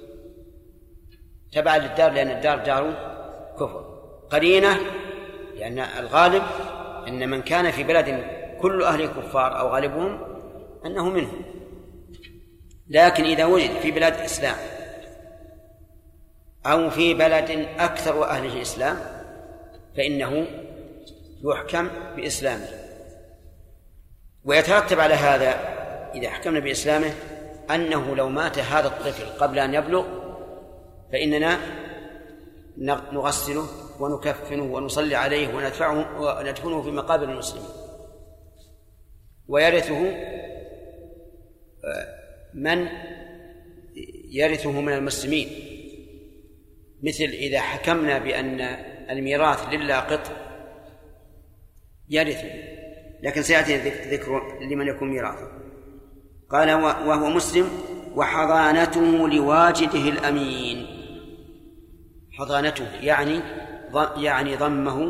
تبعا للدار لأن الدار دار كفر، قرينة لأن الغالب أن من كان في بلد كل أهل كفار أو غالبهم أنه منهم، لكن إذا وجد في بلاد الإسلام أو في بلد أكثر أهله الإسلام فإنه يحكم بإسلامه. ويترتب على هذا إذا حكمنا بإسلامه أنه لو مات هذا الطفل قبل أن يبلغ فإننا نغسله ونكفنه ونصلي عليه وندفنه في مقابر المسلمين، ويرثه من يرثه من المسلمين، مثل إذا حكمنا بأن الميراث للاقط يرثه، لكن سيأتي ذكر لمن يكون ميراثه. قال وهو مسلم وحضانته لواجده الأمين. حضانته يعني ضمه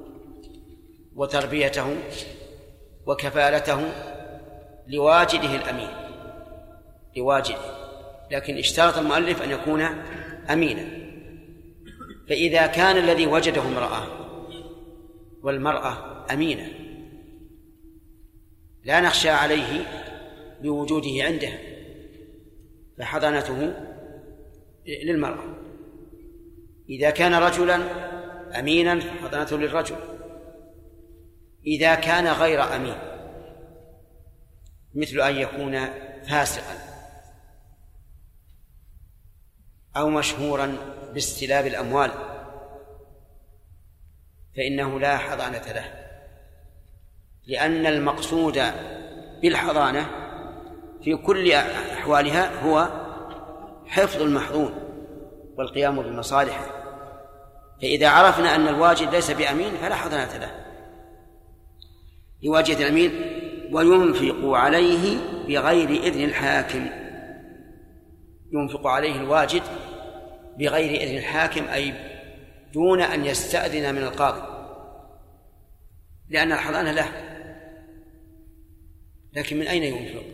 وتربيته وكفالته لواجده الأمين، لواجده، لكن اشترط المؤلف أن يكون أمينا. فإذا كان الذي وجده امرأة والمرأة أمينة لا نخشى عليه بوجوده عنده فحضانته للمرأة. إذا كان رجلا أمينا فحضانته للرجل. إذا كان غير أمين مثل أن يكون فاسقا أو مشهورا باستلاب الأموال فإنه لا حضانة له، لأن المقصود بالحضانة في كل أحوالها هو حفظ المحظون والقيام بمصالحه. فإذا عرفنا أن الواجد ليس بأمين فلا حضانة له لواجد الأمين. وينفق عليه بغير إذن الحاكم، ينفق عليه الواجد بغير إذن الحاكم أي دون أن يستأذن من القاضي، لأن الحضانة له. لكن من أين ينفق؟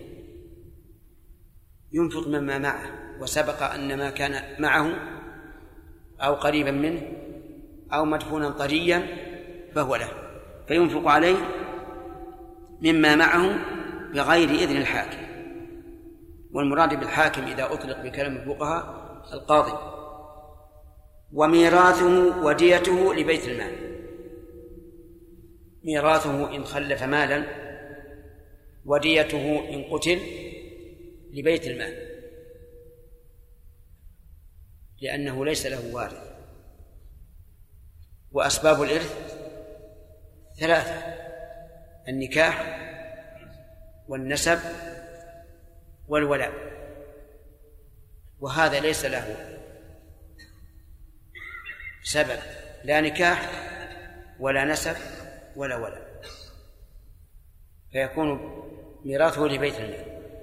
ينفق مما معه، وسبق أن ما كان معه أو قريبا منه أو مدفونا طريا فهو له، فينفق عليه مما معه بغير إذن الحاكم. والمراد بالحاكم إذا أطلق بكلام الفقهاء القاضي. وميراثه وديته لبيت المال، ميراثه إن خلف مالا، وديته إن قتل لبيت المال، لأنه ليس له وارث. وأسباب الإرث ثلاثة: النكاح والنسب والولاء، وهذا ليس له سبب، لا نكاح ولا نسب ولا ولاء، فيكون ميراثه لبيت المال.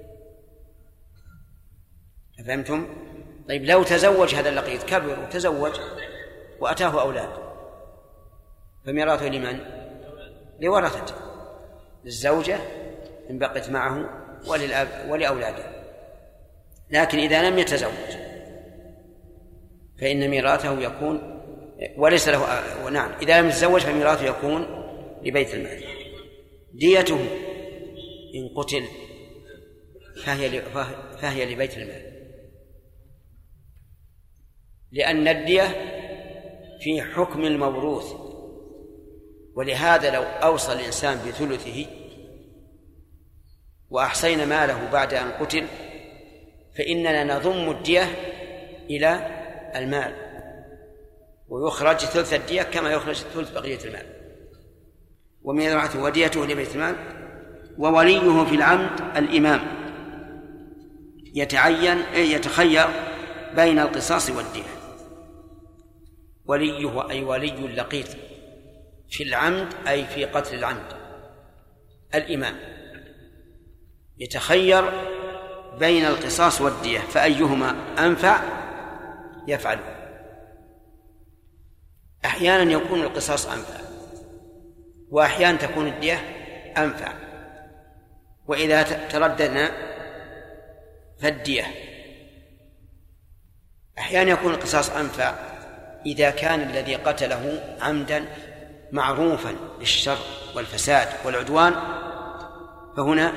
أفهمتم؟ طيب لو تزوج هذا اللقيط، كبر وتزوج وأتاه أولاد، فميراثه لمن؟ لورثته، للزوجة إن بقت معه وللأب ولأولاده. لكن إذا لم يتزوج فإن ميراثه يكون وليس له نعم، إذا لم يتزوج فميراثه يكون لبيت المال. ديته إن قتل فهي لبيت المال، لأن الدية في حكم الموروث، ولهذا لو أوصى الإنسان بثلثه وأحصينا ماله بعد أن قتل فإننا نضم الدية إلى المال، ويخرج ثلث الدية كما يخرج ثلث بقية المال. وميراثه وديته لبيت المال. ووليه في العمد الإمام يتخير بين القصاص والدية. وليه أي ولي اللقيط في العمد أي في قتل العمد الإمام يتخير بين القصاص والدية، فأيهما أنفع يفعله. أحيانا يكون القصاص أنفع، وأحيانا تكون الدية أنفع، وإذا ترددنا فالدية. أحيانا يكون القصاص أنفع إذا كان الذي قتله عمدا معروفا بالشر والفساد والعدوان، فهنا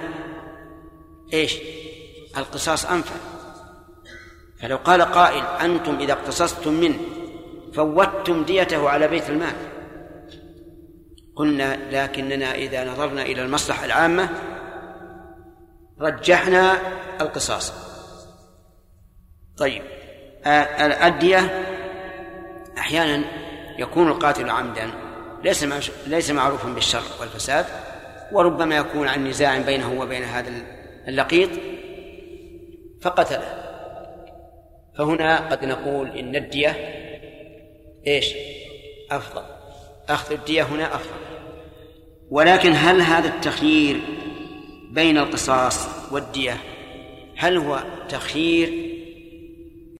القصاص أنفع. فلو قال قائل أنتم إذا اقتصصتم منه فوتتم ديته على بيت المال، قلنا لكننا إذا نظرنا إلى المصلحة العامة رجحنا القصاص. طيب، الدية أحيانا يكون القاتل عمدا ليس معروفا بالشر والفساد، وربما يكون عن نزاع بينه وبين هذا اللقيط فقتله، فهنا قد نقول إن الدية أفضل، أخذ الدية هنا أفضل. ولكن هل هذا التخيير بين القصاص والدية هل هو تخيير